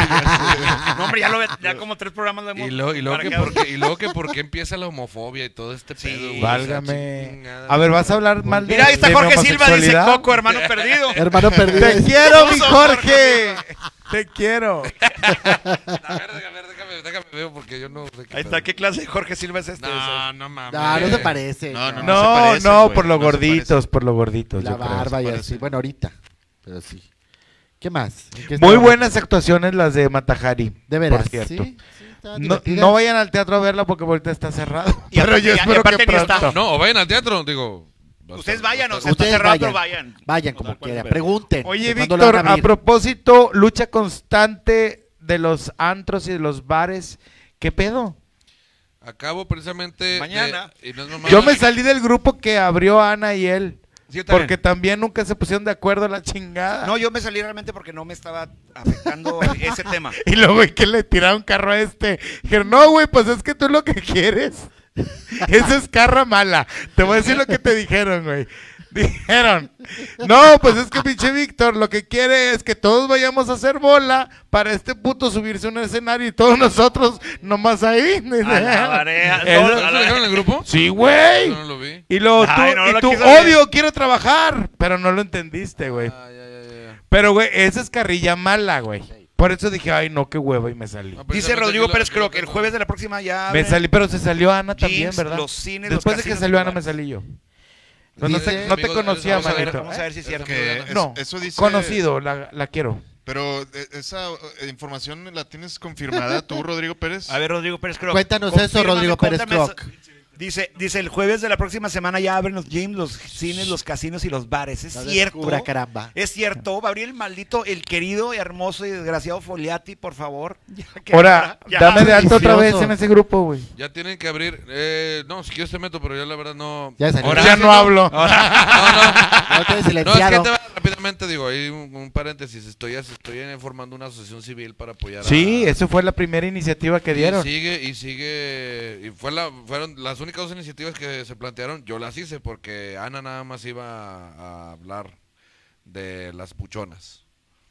No, hombre, ya, lo, ve- ya como tres programas lo hemos. Y luego, y luego para que que- por qué, y luego que por qué empieza la homofobia y todo este Sí, pedo. güey. Válgame. O sea, chingada. A ver, ¿vas a hablar mal de Mira, ahí está de mi Jorge Silva, dice homosexualidad? Coco, hermano perdido. Hermano perdido. Te quiero, mi Oso, Jorge. Te quiero. A ver, a ver, déjame, déjame ver porque yo no sé qué Ahí está, pedo. ¿qué clase de Jorge Silva es este? No, no mames. No, no se parece. No, no, ya. no. se No, parecen, no, güey, por los no se gorditos, parecen. por los gorditos. La yo creo. barba y parece. así. Bueno, ahorita. Pero sí. ¿Qué más? ¿En qué Muy estábamos? buenas actuaciones las de Matajari. De veras. Por cierto. Sí, sí, estaba No, divertida. no vayan al teatro a verla porque ahorita está cerrado. Y Pero aparte- yo y- y espero aparte que ni está. pronto. No, o vayan al teatro, digo. va a Ustedes estar- vayan, va a o estar- sea, está Ustedes cerrado, vayan. pero vayan. Vayan No, como no pueden quieran. ver. Pregunten. Oye, ¿cuándo la Víctor, van a a abrir? propósito, lucha constante de los antros y de los bares. ¿Qué pedo? Acabo precisamente. de- Mañana. y no es mamada. Yo me salí del grupo que abrió Ana y él. Sí, yo también. Porque también nunca se pusieron de acuerdo la chingada. No, yo me salí realmente porque no me estaba afectando ese tema. Y luego, güey, que le tiraron carro a este. Dijeron, no, güey, pues es que tú lo que quieres. Esa es carra mala. Te voy a decir lo que te dijeron, güey. Dijeron, no, pues es que pinche Víctor lo que quiere es que todos vayamos a hacer bola para este puto subirse a un escenario y todos nosotros nomás ahí. A la barea, Eso- todos- ¿Eso lo dijeron en el grupo? Sí, güey. Yo no lo vi. Y luego tú, Ay, no y lo tú, quiso ver. obvio, quiero trabajar. Pero no lo entendiste, güey. Ah, ya, ya, ya, ya. Pero, güey, esa es carrilla mala, güey. Por eso dije, ay, no, qué huevo, y me salí. Ah, Dice precisamente Rodrigo aquí lo- Pérez aquí lo Croc, el tengo. jueves de la próxima ya Me abren salí, pero se salió Ana también, gyms, ¿verdad? los cines, los Después de que casinos salió y Ana me bares. salí yo. No, no Dice- te, no te Amigos, conocía, vamos a ver, manito. Vamos a ver si es cierto. Que es- No, eso dice. conocido, la, la quiero. Pero eh, esa eh, información la tienes confirmada tú, Rodrigo Pérez. A ver, Rodrigo Pérez Croc. Cuéntanos eso, confírmame, Rodrigo Pérez cuéntame Croc. eso. Dice, dice, el jueves de la próxima semana ya abren los gyms, los cines, los casinos y los bares. ¿Es No cierto? descubra, caramba. Es cierto. Va a abrir el maldito, el querido, hermoso y desgraciado Foliati, por favor. Ya que Ahora, ya. dame de alta otra vez Delicioso. en ese grupo, güey. Ya tienen que abrir. Eh, no, si quieres te meto, pero yo la verdad no. Ya salió. Ahora ya sí, no no. hablo. No, no. No, quede No, es que silenciado. te va rápidamente, digo, ahí un, un paréntesis. Estoy, estoy formando una asociación civil para apoyar Sí, a. eso fue la primera iniciativa que Y dieron. sigue, y sigue. Y fue la, fueron las únicas dos iniciativas que se plantearon. Yo las hice porque Ana nada más iba a, a hablar de las puchonas.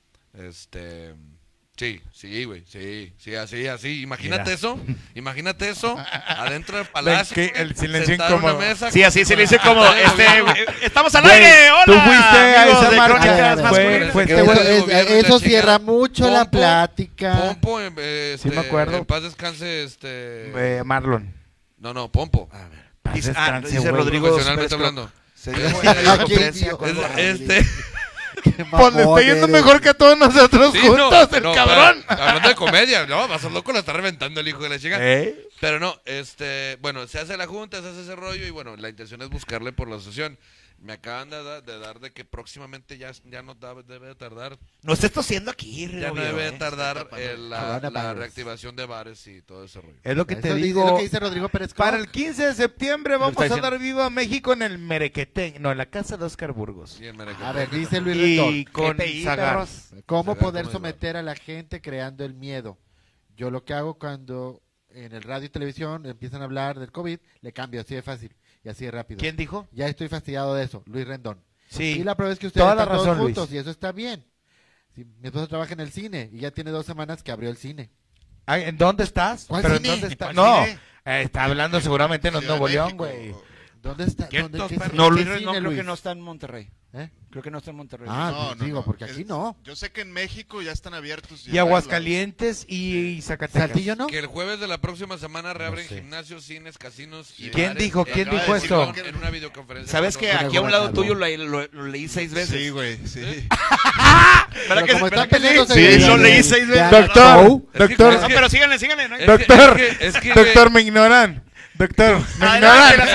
Este. Sí, sí, güey, sí, sí, así, así. Imagínate Mira. eso, imagínate eso, adentro del Ven palacio. que güey, el silencio sentado en una incómodo. mesa Sí, con- así se con- le dice como, con- este, con- eh, estamos al Güey, aire, hola. tú fuiste a amigos esa de marcha, Crónicas fue- Masculinas. fue que este Eso, fue del es- gobierno y eso la cierra chingada. mucho la Pompo- plática. Pompo, eh, Sí me este, acuerdo. en paz descanse, este... Eh, Marlon. No, no, Pompo. Paz Dice- ah, descanse, dice güey. Rodrigo Profesionalmente Pérez Croc. hablando. Se dio en Ah, la ¿quién conferencia dijo? con- Es- este, Qué Pues le mamón está yendo eres. mejor que a todos nosotros Sí, juntos, no, el no, cabrón. pero, hablando de comedia, no, vas a loco, la está reventando el hijo de la chica. ¿Eh? Pero no, este, bueno, se hace la junta, se hace ese rollo y bueno, la intención es buscarle por la asociación. Me acaban de, da- de dar de que próximamente ya, ya no da- debe de tardar, No estés tosiendo aquí, ya no Rubio, debe de eh. tardar eh, la, la Coronavirus. reactivación de bares y todo ese rollo. Es lo que Eso te dice- digo. es lo que dice Rodrigo Pérez Para Croc. el quince de septiembre vamos está a diciendo. dar viva México en el Merequetén, no, en la casa de Oscar Burgos. Sí, en Merequetén. A ver, dice Luis Y Rendón. con G P I, Zagar. perros. ¿Cómo Será poder como someter a la gente creando el miedo? Yo lo que hago cuando en el radio y televisión empiezan a hablar del COVID, le cambio así de fácil y así de rápido. ¿Quién dijo? Ya estoy fastidiado de eso, Luis Rendón. Sí. Y la prueba es que ustedes Toda la están todos razón, juntos Luis. y eso está bien. Sí, mi esposo trabaja en el cine y ya tiene dos semanas que abrió el cine. Ay, ¿en dónde estás? ¿Cuál ¿Pero cine? en dónde estás? ¿Cuál No, cine? eh, está hablando seguramente en Ciudad Nuevo de León, México. güey. ¿Dónde está? ¿Qué ¿Dónde, estos qué perros? cine? No, ¿Qué Luis cine, Rendón creo Luis? que no está en Monterrey. ¿Eh? Creo que no está en Monterrey. Ah, No, pues no, digo, no, porque es- aquí no. Yo sé que en México ya están abiertos. ya Y Aguascalientes y Zacatecas. ¿Saltillo no? Que el jueves de la próxima semana reabren No sé. gimnasios, cines, casinos y ¿Quién bares. dijo? Eh, ¿Quién acaba dijo de decir esto? En una videoconferencia. ¿Sabes con que los- Con el aquí a un lado gobernador. tuyo lo, lo- lo leí seis veces? Sí, güey, sí. ¿Verdad Pero que, como verdad están que sí? peleándose Sí, de- lo de- leí de- seis de veces. Ana Doctor, Show, Es que- doctor, No, pero síganle, síganle. ¿no? Es que- Doctor. es que- es que, doctor, güey, me ignoran. Doctor, me Adelante, ignoran.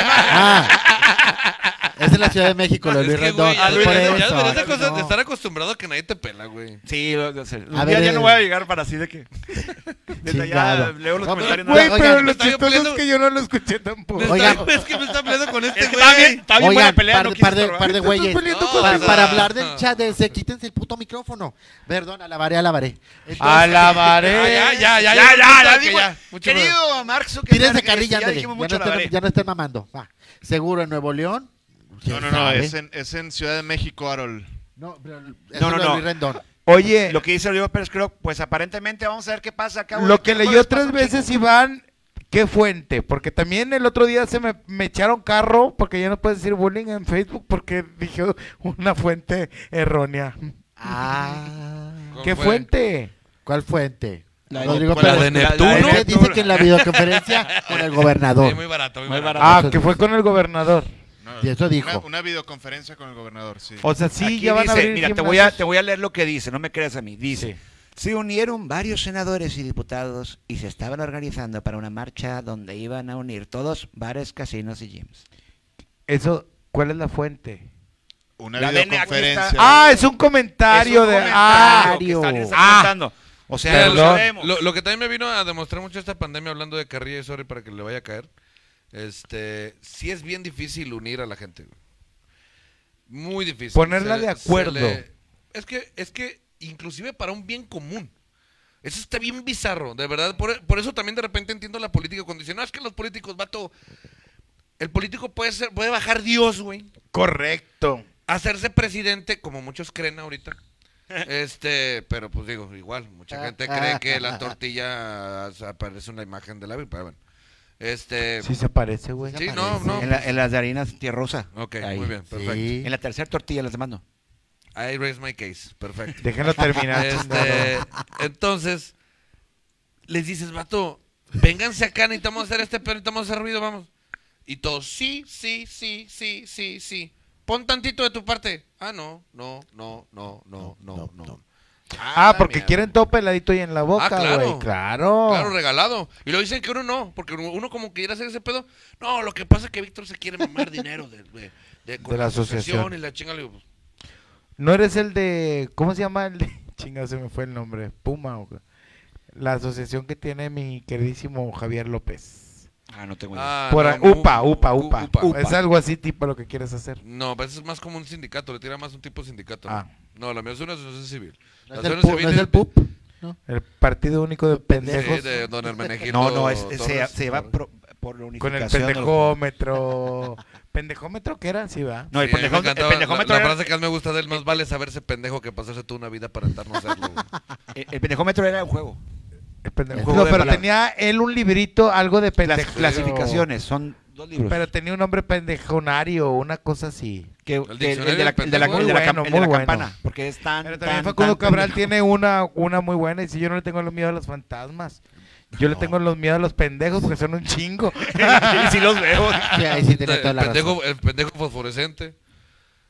Ah, es en la Ciudad de México, lo de es Luis que, Rendón. güey, ya es deberías- por ya eso. deberías de cosa- No. de estar acostumbrado a que nadie te pela, güey. Sí, lo, lo sé. Un A día ver, ya no eh, voy a llegar para así de que... Desde allá Chingado. leo los No, comentarios. Güey, Oigan, pero me lo está chistoso peleando. es que yo no lo escuché tampoco. Me Oigan. está- es que me está peleando con este Es que güey. está bien, está bien buena Oigan, pelea, par, no de- quise par de, estorbar. par de güeyes. peleando No, con- Pa- o sea, para hablar del no. chat, de ese, quítense el puto micrófono. Perdón, alabaré, alabaré. Entonces, Alabaré. Ah, ya, ya, ya, Ya, ya, ya, ya, digo, ya. Mucho querido Mark Zuckerberg, Tírense este, carrilla, ya ándale. dijimos Ya, mucho no la estén, veré. ya no estén mamando. Va. Seguro en Nuevo León. No, no, no, ¿Sabe? es en, es en Ciudad de México, Arol. No, pero eso No, no, lo de no. Luis Rendón. Oye, Lo que dice Olivo Pérez Creo, pues aparentemente vamos a ver qué pasa acá. lo que leyó tres veces Iván, ¿qué fuente? Porque también el otro día se me, me echaron carro, porque ya no puedes decir bullying en Facebook, porque dije una fuente errónea. Ah. ¿Cómo ¿Qué fue? fuente? ¿Cuál fuente? La de- Rodrigo ¿cuál? ¿La Pérez. de La- Neptuno? la de Dice- Neptuno. Dice que en la videoconferencia con el gobernador. Sí, muy barato, muy, Muy barato. barato. Ah, que fue con el gobernador. No, Y eso dijo. Una, una videoconferencia con el gobernador, sí. O sea, sí, Aquí ya van a dice, abrir mira, te voy, a, gimnasios. te voy a leer lo que dice, no me creas a mí. Dice, Sí. se unieron varios senadores y diputados y se estaban organizando para una marcha donde iban a unir todos bares, casinos y gyms. Eso, ¿cuál es la fuente? Una La D N, aquí videoconferencia. está. Ah, es un comentario Es un de... comentario Ah, que están- están Ah. comentando. O sea, Mira, lo lo, sabemos. lo- lo que también me vino a demostrar mucho esta pandemia, hablando de carrilla y sorry para que le vaya a caer, este, sí es bien difícil unir a la gente, güey. Muy difícil. Ponerla Se- de se acuerdo. le- es que, es que, inclusive para un bien común. Eso está bien bizarro, de verdad. Por, por eso también de repente entiendo la política cuando dicen, no, es que los políticos, vato, el político puede ser, puede bajar Dios, güey. correcto. Hacerse presidente, como muchos creen ahorita. Este, pero pues digo, igual, mucha gente cree que la tortilla o sea, parece una imagen de la Biblia, pero bueno. Este, Sí se parece, güey. sí, no, no. En, la- en las de harinas tierrosa. Ok, Ahí. muy bien, perfecto. Sí. En la tercera tortilla las mando. I raise my case, perfecto. Déjenlo terminar. Este, entonces, les dices, vato, vénganse acá, necesitamos hacer este pedo, necesitamos hacer ruido, vamos. Y todos, sí, sí, sí, sí, sí, sí. Pon tantito de tu parte. Ah, no, no, no, no, no, no, no. Ah, la porque mierda. quieren todo peladito y en la boca, Ah, claro. güey. Claro. Claro, regalado. Y lo dicen que uno no, porque uno uno como quiere hacer ese pedo. No, lo que pasa es que Víctor se quiere mamar dinero de, de, de- con De la asociación. y la chinga. Le digo, pues, No eres el de... ¿Cómo se llama el de...? Chinga, se me fue el nombre. Puma. O... La asociación que tiene mi queridísimo Javier López. Ah, no tengo idea. ah, Por no, ahí- mu- upa, u- upa, u- upa, upa. Es algo así tipo lo que quieres hacer. No, pero eso es más como un sindicato, le tira más un tipo de sindicato. Ah. No, la mía es una asociación civil. ¿No La es el, asociación pu- civil no es el es- PUP? El Partido Único de Pendejos. Sí, de don Hermenegildo No, no, es, se, Torres. se lleva pro- por la Con unificación. el de los- pendejómetro. ¿Pendejómetro qué era? Sí, va. No, el Sí, a mí me pendejó- el encantaba pendejómetro la, la era- frase que más me gusta de él, más vale saberse pendejo que pasarse toda una vida para no serlo. güey. el, el pendejómetro era un juego. El pendejo. juego No, de pero palabras. tenía él un librito, algo de Las pendejo. clasificaciones, son dos libros. Pero tenía un nombre pendejonario, una cosa así. que, El que el, diccionario el de la, del el de la- pendejo. el de la Muy cam- bueno, el de la muy bueno. campana. Porque es tan. Pero también tan, Facundo tan Cabral pendejo. tiene una, una muy buena. Y si yo no le tengo los miedo a los fantasmas. Yo le tengo los miedos a los pendejos porque son un chingo. Y sí los veo. Sí, ahí sí tiene toda el, la pendejo, razón. el pendejo fosforescente.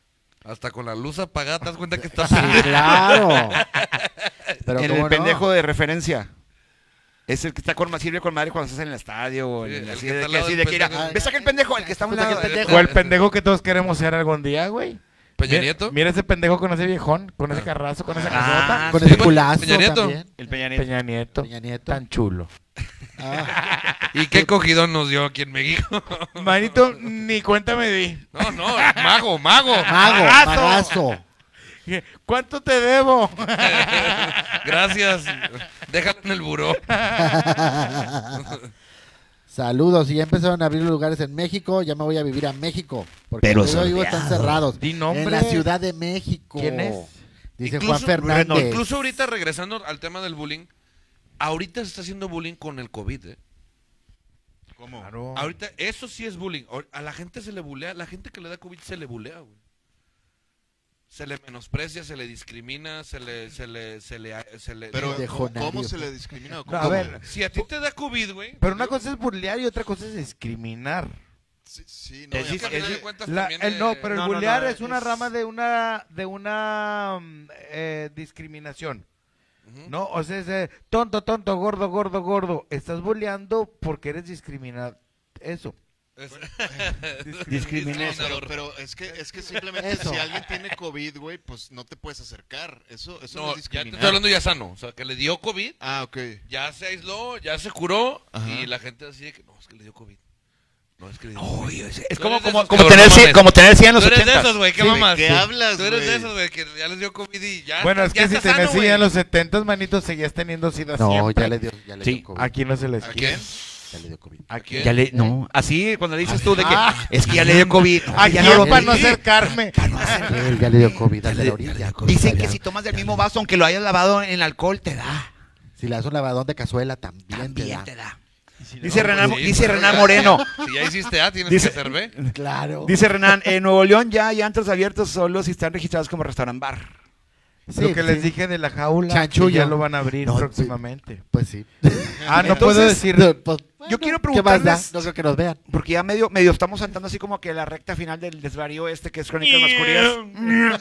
Hasta con la luz apagada, ¿te das cuenta que está Sí, claro. Pero En ¿cómo el no? pendejo de referencia. Es el que está con sirve con madre cuando estás en el estadio o en Sí, el, el así que de está al que lado así del de que ir a- pendejo. ¿ves aquel pendejo? El que está a un Pues lado. aquel pendejo. O el pendejo que todos queremos ser algún día, güey. Peña Mira- Nieto. Mira ese pendejo con ese viejón, con ese carrazo, con esa casota. Ah, Con sí, ese pues, culazo Peña Nieto. también. El Peña Nieto. Peña Nieto. Peña Nieto. Tan chulo. Ah, ¿Y qué cogidón nos dio aquí en México? Manito, ni cuenta me di. No, no, mago, mago. mago, Magazo. magazo. ¿Cuánto te debo? Gracias. Déjalo en el buró. Saludos, y ya empezaron a abrir lugares en México, ya me voy a vivir a México, porque Pero donde yo vivo están soleado. cerrados. Di nombre. En la Ciudad de México. ¿Quién es? Dice Incluso- Juan Fernández. no, Incluso ahorita regresando al tema del bullying, ahorita se está haciendo bullying con el COVID, ¿eh? ¿Cómo? Ahorita, eso sí es bullying. Ahor- A la gente se le bulea, la gente que le da COVID se le bulea, güey. Se le menosprecia, se le discrimina, se le, se le, se le, se le- Pero, De ¿cómo, jonario. cómo se le discrimina? o No, cómo? a ver, Si a ti te da COVID, güey. pero una cosa es burlear y otra cosa es discriminar. Sí, sí, no, Es y Es que a aparte- final de cuentas La- también, el, no, eh, pero el no, no, bullear no, es una es- rama de una de una mm, eh, discriminación. ujú. No, o sea, es eh, tonto, tonto, gordo, gordo, gordo. Estás bulleando porque eres discriminado. Eso. Es- Discriminé. Pero, pero es que es que simplemente Eso. si alguien tiene COVID, güey, pues no te puedes acercar. Eso, eso no, No, es ya te discriminar. estoy hablando ya sano. O sea, que le dio COVID, Ah, ok. ya se aisló, ya se curó. Ajá. Y la gente así de que no, es que le dio COVID. No, es que le dio Uy, COVID. es, es Tú como, eres de como, esos, como cabrón, tener no cien- mames. como tener cien en los Tú eres de ochentas. esos, güey, ¿qué Sí, mamas? ¿qué hablas, Tú eres de güey? esos, güey, que ya les dio COVID y ya. Bueno, es ya que si está te sano, nacía güey. en los setentas, manito, seguías teniendo sida No, siempre. ya le dio, ya le Sí. dio COVID. Aquí no se les ¿A quiere. quién? Ya le dio COVID. ¿A quién? Ya le, no, así cuando dices tú de que Ah. es que ya le dio COVID. no, ¿A ya quién no lo para no pedí. acercarme? Él ya le dio COVID al de la orilla. Dicen que si tomas del mismo vaso, aunque lo hayas lavado en alcohol, te da. Si le das un lavadón de cazuela, también, te También da. te da. si Dice No, Renan, pues sí, dice pues, Renan Moreno. Si ya hiciste A, tienes Dice- que hacer B. Claro. Dice Renan, en Nuevo León ya hay antros abiertos solo si están registrados como restaurant bar. Sí, Lo que sí. les dije de la jaula, Chanchullo. que ya lo van a abrir No, próximamente. Pues sí. Ah, no Entonces, puedo decir. No, pues, bueno, quiero ¿qué más da? preguntarles- No creo que nos vean. Porque ya medio, medio estamos saltando así como que la recta final del desvarío este que es Crónicas Masculinas.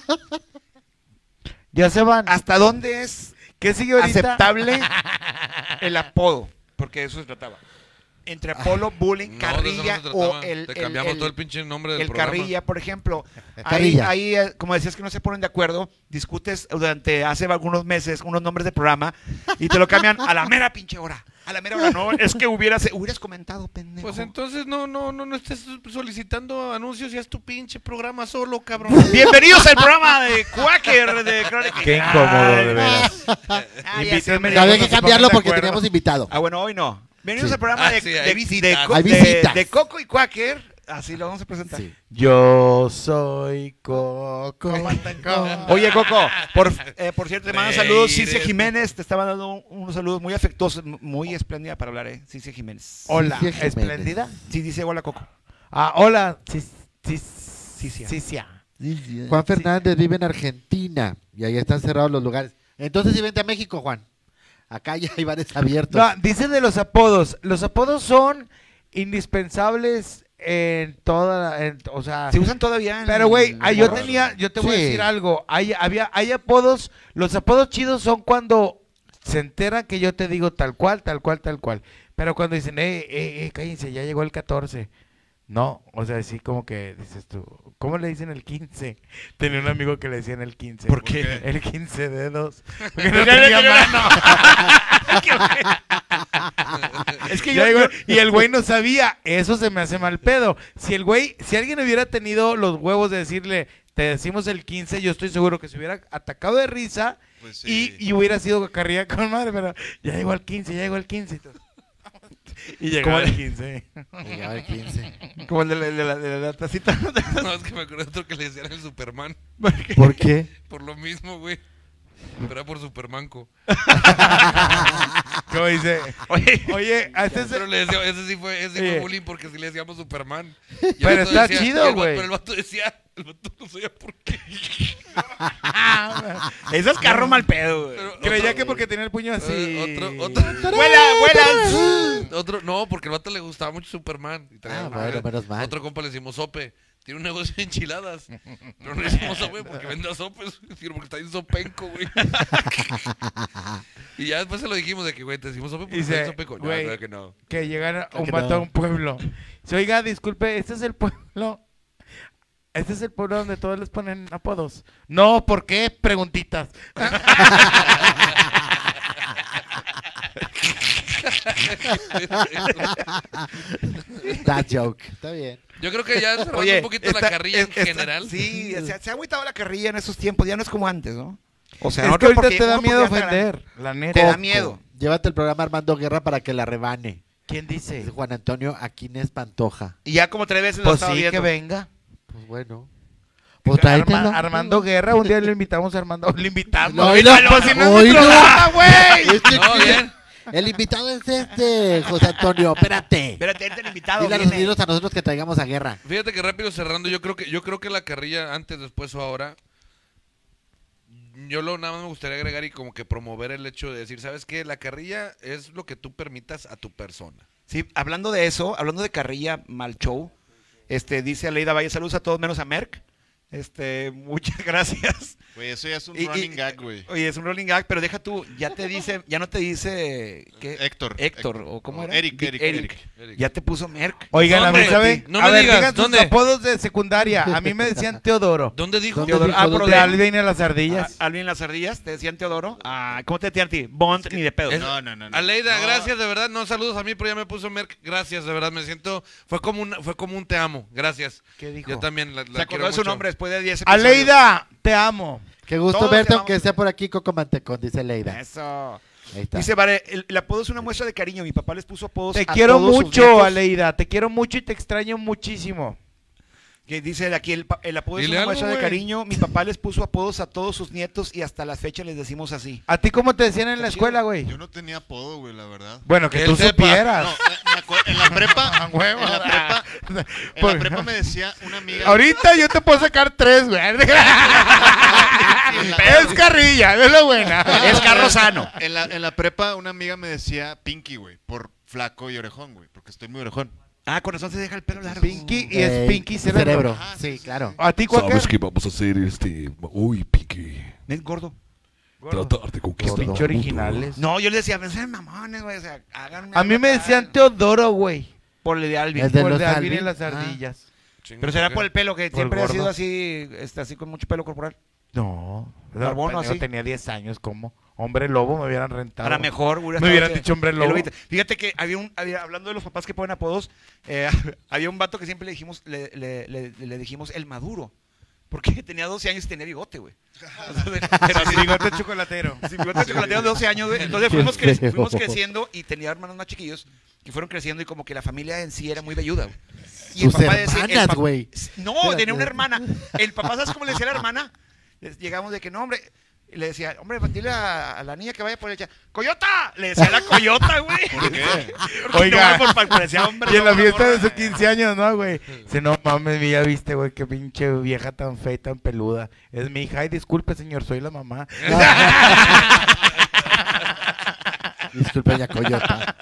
Ya se van. ¿Hasta dónde es ¿Qué sigue ahorita? aceptable el apodo? Porque de eso se trataba. Entre Apolo, bullying, No, de eso carrilla no se o trataba. el, Te el- cambiamos el- todo el pinche nombre del el programa. carrilla, por ejemplo. Ahí, Carrilla. ahí, eh, como decías que no se ponen de acuerdo, discutes durante hace algunos meses unos nombres de programa y te lo cambian a la mera pinche hora. A la mera hora, no, es que hubieras, hubieras comentado, pendejo. Pues entonces no, no, no, no estés solicitando anuncios y haz tu pinche programa solo, cabrón. Bienvenidos al programa de Quaker de Crónicas. Qué incómodo, de veras. Ah, ya Invítenme. sé. Ya había no que se cambiarlo ponen de porque acuerdo. teníamos invitado. Ah, bueno, hoy no. Bienvenidos Sí. al programa Ah, de, sí, de, hay de- visitas. Co- Hay de- visitas. de Coco y Quaker. Así lo vamos a presentar. Sí. Yo soy Coco. Oye, Coco, por, eh, por cierto, te mando saludos. Reiré. Cicia Jiménez, te estaba dando un- unos saludos muy afectuosos, m- muy espléndida para hablar, ¿eh? Cicia Jiménez. Hola, Sí, sí, Jiménez. espléndida. Sí, dice hola, Coco. Ah, hola. Sí, sí, Cicia. Cicia. Juan Fernández vive en Argentina y ahí están cerrados los lugares. Entonces, sí, vente a México, Juan. Acá ya hay bares abiertos. No, dice de los apodos. Los apodos son indispensables en toda, la- en- o sea, ¿Se usan todavía en pero güey, ah, yo morros? tenía, yo te voy a Sí. decir algo. Hay, había, hay apodos. Los apodos chidos son cuando se enteran que yo te digo tal cual, tal cual, tal cual. Pero cuando dicen, eh, eh, eh, cállense, ya llegó el catorce. No, o sea, sí como que dices tú, ¿cómo le dicen el quince? Tenía un amigo que le decían el quince. ¿Por qué? El quince dedos. Porque no tenía mano. Es que Ya yo, llegó- yo- y el güey no sabía, eso se me hace mal pedo. Si el güey, si alguien hubiera tenido los huevos de decirle, te decimos el quince, yo estoy seguro que se hubiera atacado de risa Pues sí. y, y hubiera sido carrilla con madre, pero ya llegó el quince, ya llegó el quince. Y, todo. Y llegó ¿Cómo el le- quince. Llegaba el quince. como el de la, de la- de la tacita. No, es que me acuerdo de otro que le decían el Superman. ¿Por qué? Por lo mismo, güey. Pero era por Supermanco. ¿Cómo dice? Oye, Oye, a este Pero se- le decía, ese sí fue, ese sí fue Oye. bullying porque sí le decíamos Superman. Y Pero el vato está decía- chido, y el vato- güey. Pero el vato decía, el vato no sabía por qué. eso es carro mal pedo, güey. Pero creía otro- que porque tenía el puño así. Eh, otro, otro, ¡Vuela, vuela! otro, no, porque el vato le gustaba mucho Superman. Y traía Ah, un- bueno, menos mal. Otro compa le decimos Sope. tiene un negocio de enchiladas. Pero no hicimos sope porque vende sopes, sino porque está bien sopenco, güey. Y ya después se lo dijimos de que, güey, te decimos sope porque está Dice, bien sopenco. No, güey, claro que no. Que llegara un que vato no. a un pueblo. Dice, oiga, disculpe, este es el pueblo. Este es el pueblo donde todos les ponen apodos. No, ¿por qué? Preguntitas. That joke. Está bien. Yo creo que ya cerrando Oye, un poquito la está- carrilla es- en está- general. Sí, se, se ha agüitado la carrilla en esos tiempos, ya no es como antes, ¿no? O sea, Es ahorita que ahorita porque te da uno miedo podría estar- ofender, la neta. Te da Coco. miedo. Llévate el programa Armando Guerra para que la rebane. ¿Quién dice? Es Juan Antonio Aquines Pantoja. Y ya como tres veces lo Pues estaba sí, viendo. que venga. Pues bueno. Pues tráetelo. Arma- Armando Guerra, un día le invitamos a Armando. Le invitamos. No, oílo, Pues si no es mi oílo. programa, güey. Este- No, bien. El invitado es este, José Antonio. Espérate. Espérate, ahorita el invitado Dile a, viene. dinos a nosotros que traigamos a Guerra. Fíjate que rápido cerrando, yo creo que yo creo que la carrilla antes, después o ahora, yo lo nada más me gustaría agregar y como que promover el hecho de decir, ¿sabes qué? La carrilla es lo que tú permitas a tu persona. Sí, hablando de eso, hablando de carrilla mal show, este, dice Aleida Valle, saludos a todos menos a Merck. Este, muchas gracias. Güey, eso ya es un Y- y- running gag, güey. Oye, es un rolling gag, pero deja tú, ya te dice, ya no te dice ¿qué? Héctor. Héctor, o cómo era? Eric, Di- Eric, Eric. Eric. Ya te puso Merck. Oigan, a mí, ¿Dónde? ¿sabe? No a me ver, digas, digan sus ¿dónde? apodos de secundaria. A mí me decían Teodoro. ¿Dónde dijo? ¿Dónde Teodoro, dijo? ah, ¿Dónde? pero De Alvin y las ardillas. A- Alvin Las Ardillas, te decían Teodoro. Ah, ¿cómo te decían a ti? Bond, ni de pedo. es- No, no, no. no. Aleida, No. gracias, de verdad. No, saludos a mí, pero ya me puso Merck. Gracias, de verdad, me siento... Fue como un, fue como un te amo. Gracias. ¿Qué dijo? Yo también la, la Se quiero acordó de su mucho. nombre después de diez episodios. Aleida, te amo. Qué gusto Todos verte, te aunque vamos- sea por aquí Coco Mantecón, dice Leida. Eso. Ahí está. Dice, Vare, el, el apodo es una muestra de cariño. Mi papá les puso apodos Te a quiero todos sus mucho, nietos. Aleida. Te quiero mucho y te extraño muchísimo. Que dice aquí, el, pa- el apodo es Dile una algo, muestra de güey. cariño. Mi papá les puso apodos a todos sus nietos y hasta la fecha les decimos así. ¿A ti cómo te decían en la Está escuela, chido. güey? Yo no tenía apodo, güey, la verdad. Bueno, que Que tú él sepa. supieras. No, me- me acuerdo- en la prepa, A huevo. en la prepa, en Por- la prepa me decía una amiga. Ahorita yo te puedo sacar tres, güey. Es carrilla, es lo buena. Es carro sano. En la, en la prepa una amiga me decía Pinky, güey, por flaco y orejón, güey, porque estoy muy orejón. Ah, con razón se deja el pelo largo. Pinky y Eh, es Pinky cerebro. Ajá, Sí, sí, claro. ¿A ti cuál ¿Sabes qué vamos a hacer este? Uy, Pinky. Es gordo. Tratar de conquistar. Gordo. Pinche al mundo. originales. No, yo les decía, no sean mamones, güey. O sea, háganme. A mí me algo decían acá. Teodoro, güey. Por el de Alvin. El de Por los de Alvin y Alvin. las Ah. ardillas. Chinga, Pero será ¿qué? por el pelo, que Por siempre ha gordo. sido así, este, así con mucho pelo corporal. No. Barbón, Yo así. tenía diez años, ¿cómo? Hombre lobo me hubieran rentado. Ahora mejor, hubiera Me estado hubieran que- dicho hombre el lobo. lobito. Fíjate que había un, había, hablando de los papás que ponen apodos, eh, había un vato que siempre le dijimos, le, le, le, le dijimos el maduro. Porque tenía doce años y tenía bigote, güey. Pero así, Bigote chocolatero. sin bigote chocolatero de doce años, güey. Entonces Qué fuimos, cre- feo. fuimos creciendo y tenía hermanos más chiquillos que fueron creciendo y como que la familia en sí era muy velluda, güey. Y Sus el hermanas, pa- güey. No, Espérate. tenía una hermana. El papá, ¿sabes cómo le decía a la hermana? Les llegamos de que no, hombre. Y le decía, hombre, dile a, a la niña que vaya por ella. ¡Coyota! Le decía a la coyota, güey. ¿Por qué? Porque Oiga. no, por- parecía hombre. Y en la no, fiesta de morra. sus quince años, ¿no, güey? Dice, no mames, ya viste, güey, qué pinche vieja tan fea y tan peluda. Es mi hija. Ay, disculpe, señor, soy la mamá. Disculpe, ya Coyota.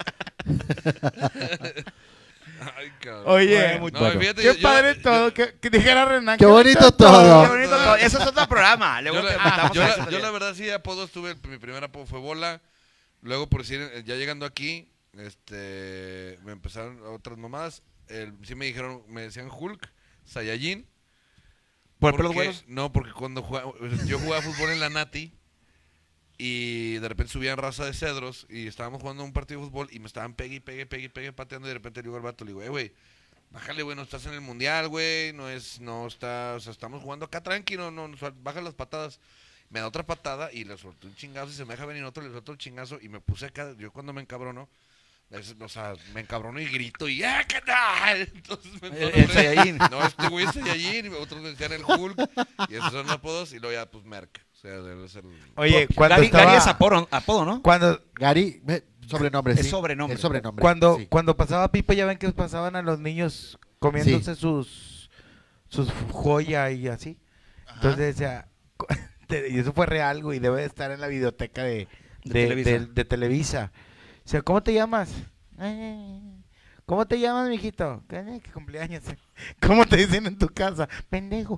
Ay, cabrón. Oye, Muy No, bueno. fíjate, qué yo- yo- padre yo- todo. Que, que dijera Renan. Qué bonito todo. Qué bonito todo. Eso es otro programa. Luego Yo, te la, invitamos yo a la- eso yo también. la verdad sí apodos tuve, mi primer apodo fue Bola, luego por decir, eh, ya llegando aquí, este, me empezaron otras mamadas, el- sí me dijeron, me decían Hulk, Saiyajin. ¿Por pelos porque- buenos? No, porque cuando jugaba, yo jugaba fútbol en la Nati y de repente subían raza de cedros y estábamos jugando un partido de fútbol y me estaban pegue y pegue, pegue, pegue, pateando y de repente le digo al vato, le digo, eh, güey, bájale, güey, no estás en el mundial, güey, no es, no está, o sea, estamos jugando acá tranquilo, no, no, suel- baja las patadas. Me da otra patada y le solté un chingazo y se me deja venir otro, le suelto el chingazo y me puse acá, yo cuando me encabrono, es- o sea, me encabrono y grito y ¡ah, qué tal! Entonces me El- el Saiyajin. No, este güey es Saiyajin y otros me decían el Hulk y esos son los apodos y luego ya pues Merck, o sea, debe ser el... Oye, cuando Gary, estaba... Gary es apodo, apodo, ¿no? Cuando, Gary, eh, sobrenombre, Es sí. sobrenombre. Es sobrenombre. cuando, sí. cuando pasaba Pipo, ya ven que pasaban a los niños comiéndose sus, sus joya y así. Ajá. Entonces decía, te- y eso fue real, güey, debe de estar en la biblioteca de, De de, Televisa. de- de Televisa. O sea, ¿cómo te llamas? "Ay, ¿Cómo te llamas, mijito? ¿Qué, qué cumpleaños? eh? ¿Cómo te dicen en tu casa? Pendejo.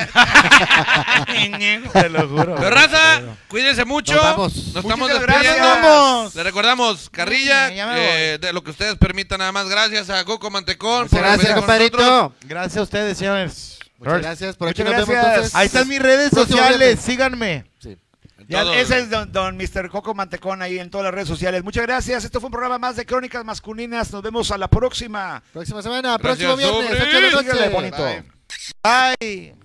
Te lo juro. Pero raza, cuídense mucho. Nos vamos. Nos estamos Muchas despidiendo. gracias. Vamos. Le recordamos, Carrilla, Ya me eh, de lo que ustedes permitan, nada más. Gracias a Coco Mantecón. Muchas gracias, venir con nosotros. compadrito. Gracias a ustedes, señores. Muchas gracias. Por aquí Muchas nos vemos gracias. entonces. Ahí están mis redes Próximo sociales. viernes. Síganme. Sí. Ya, Todo. ese es don, don mister Coco Mantecón ahí en todas las redes sociales. Muchas gracias. Esto fue un programa más de Crónicas Masculinas. Nos vemos a la próxima. Próxima semana, Gracias, próximo viernes, sobre. ocho de la noche. Síguele bonito. Bye. Bye.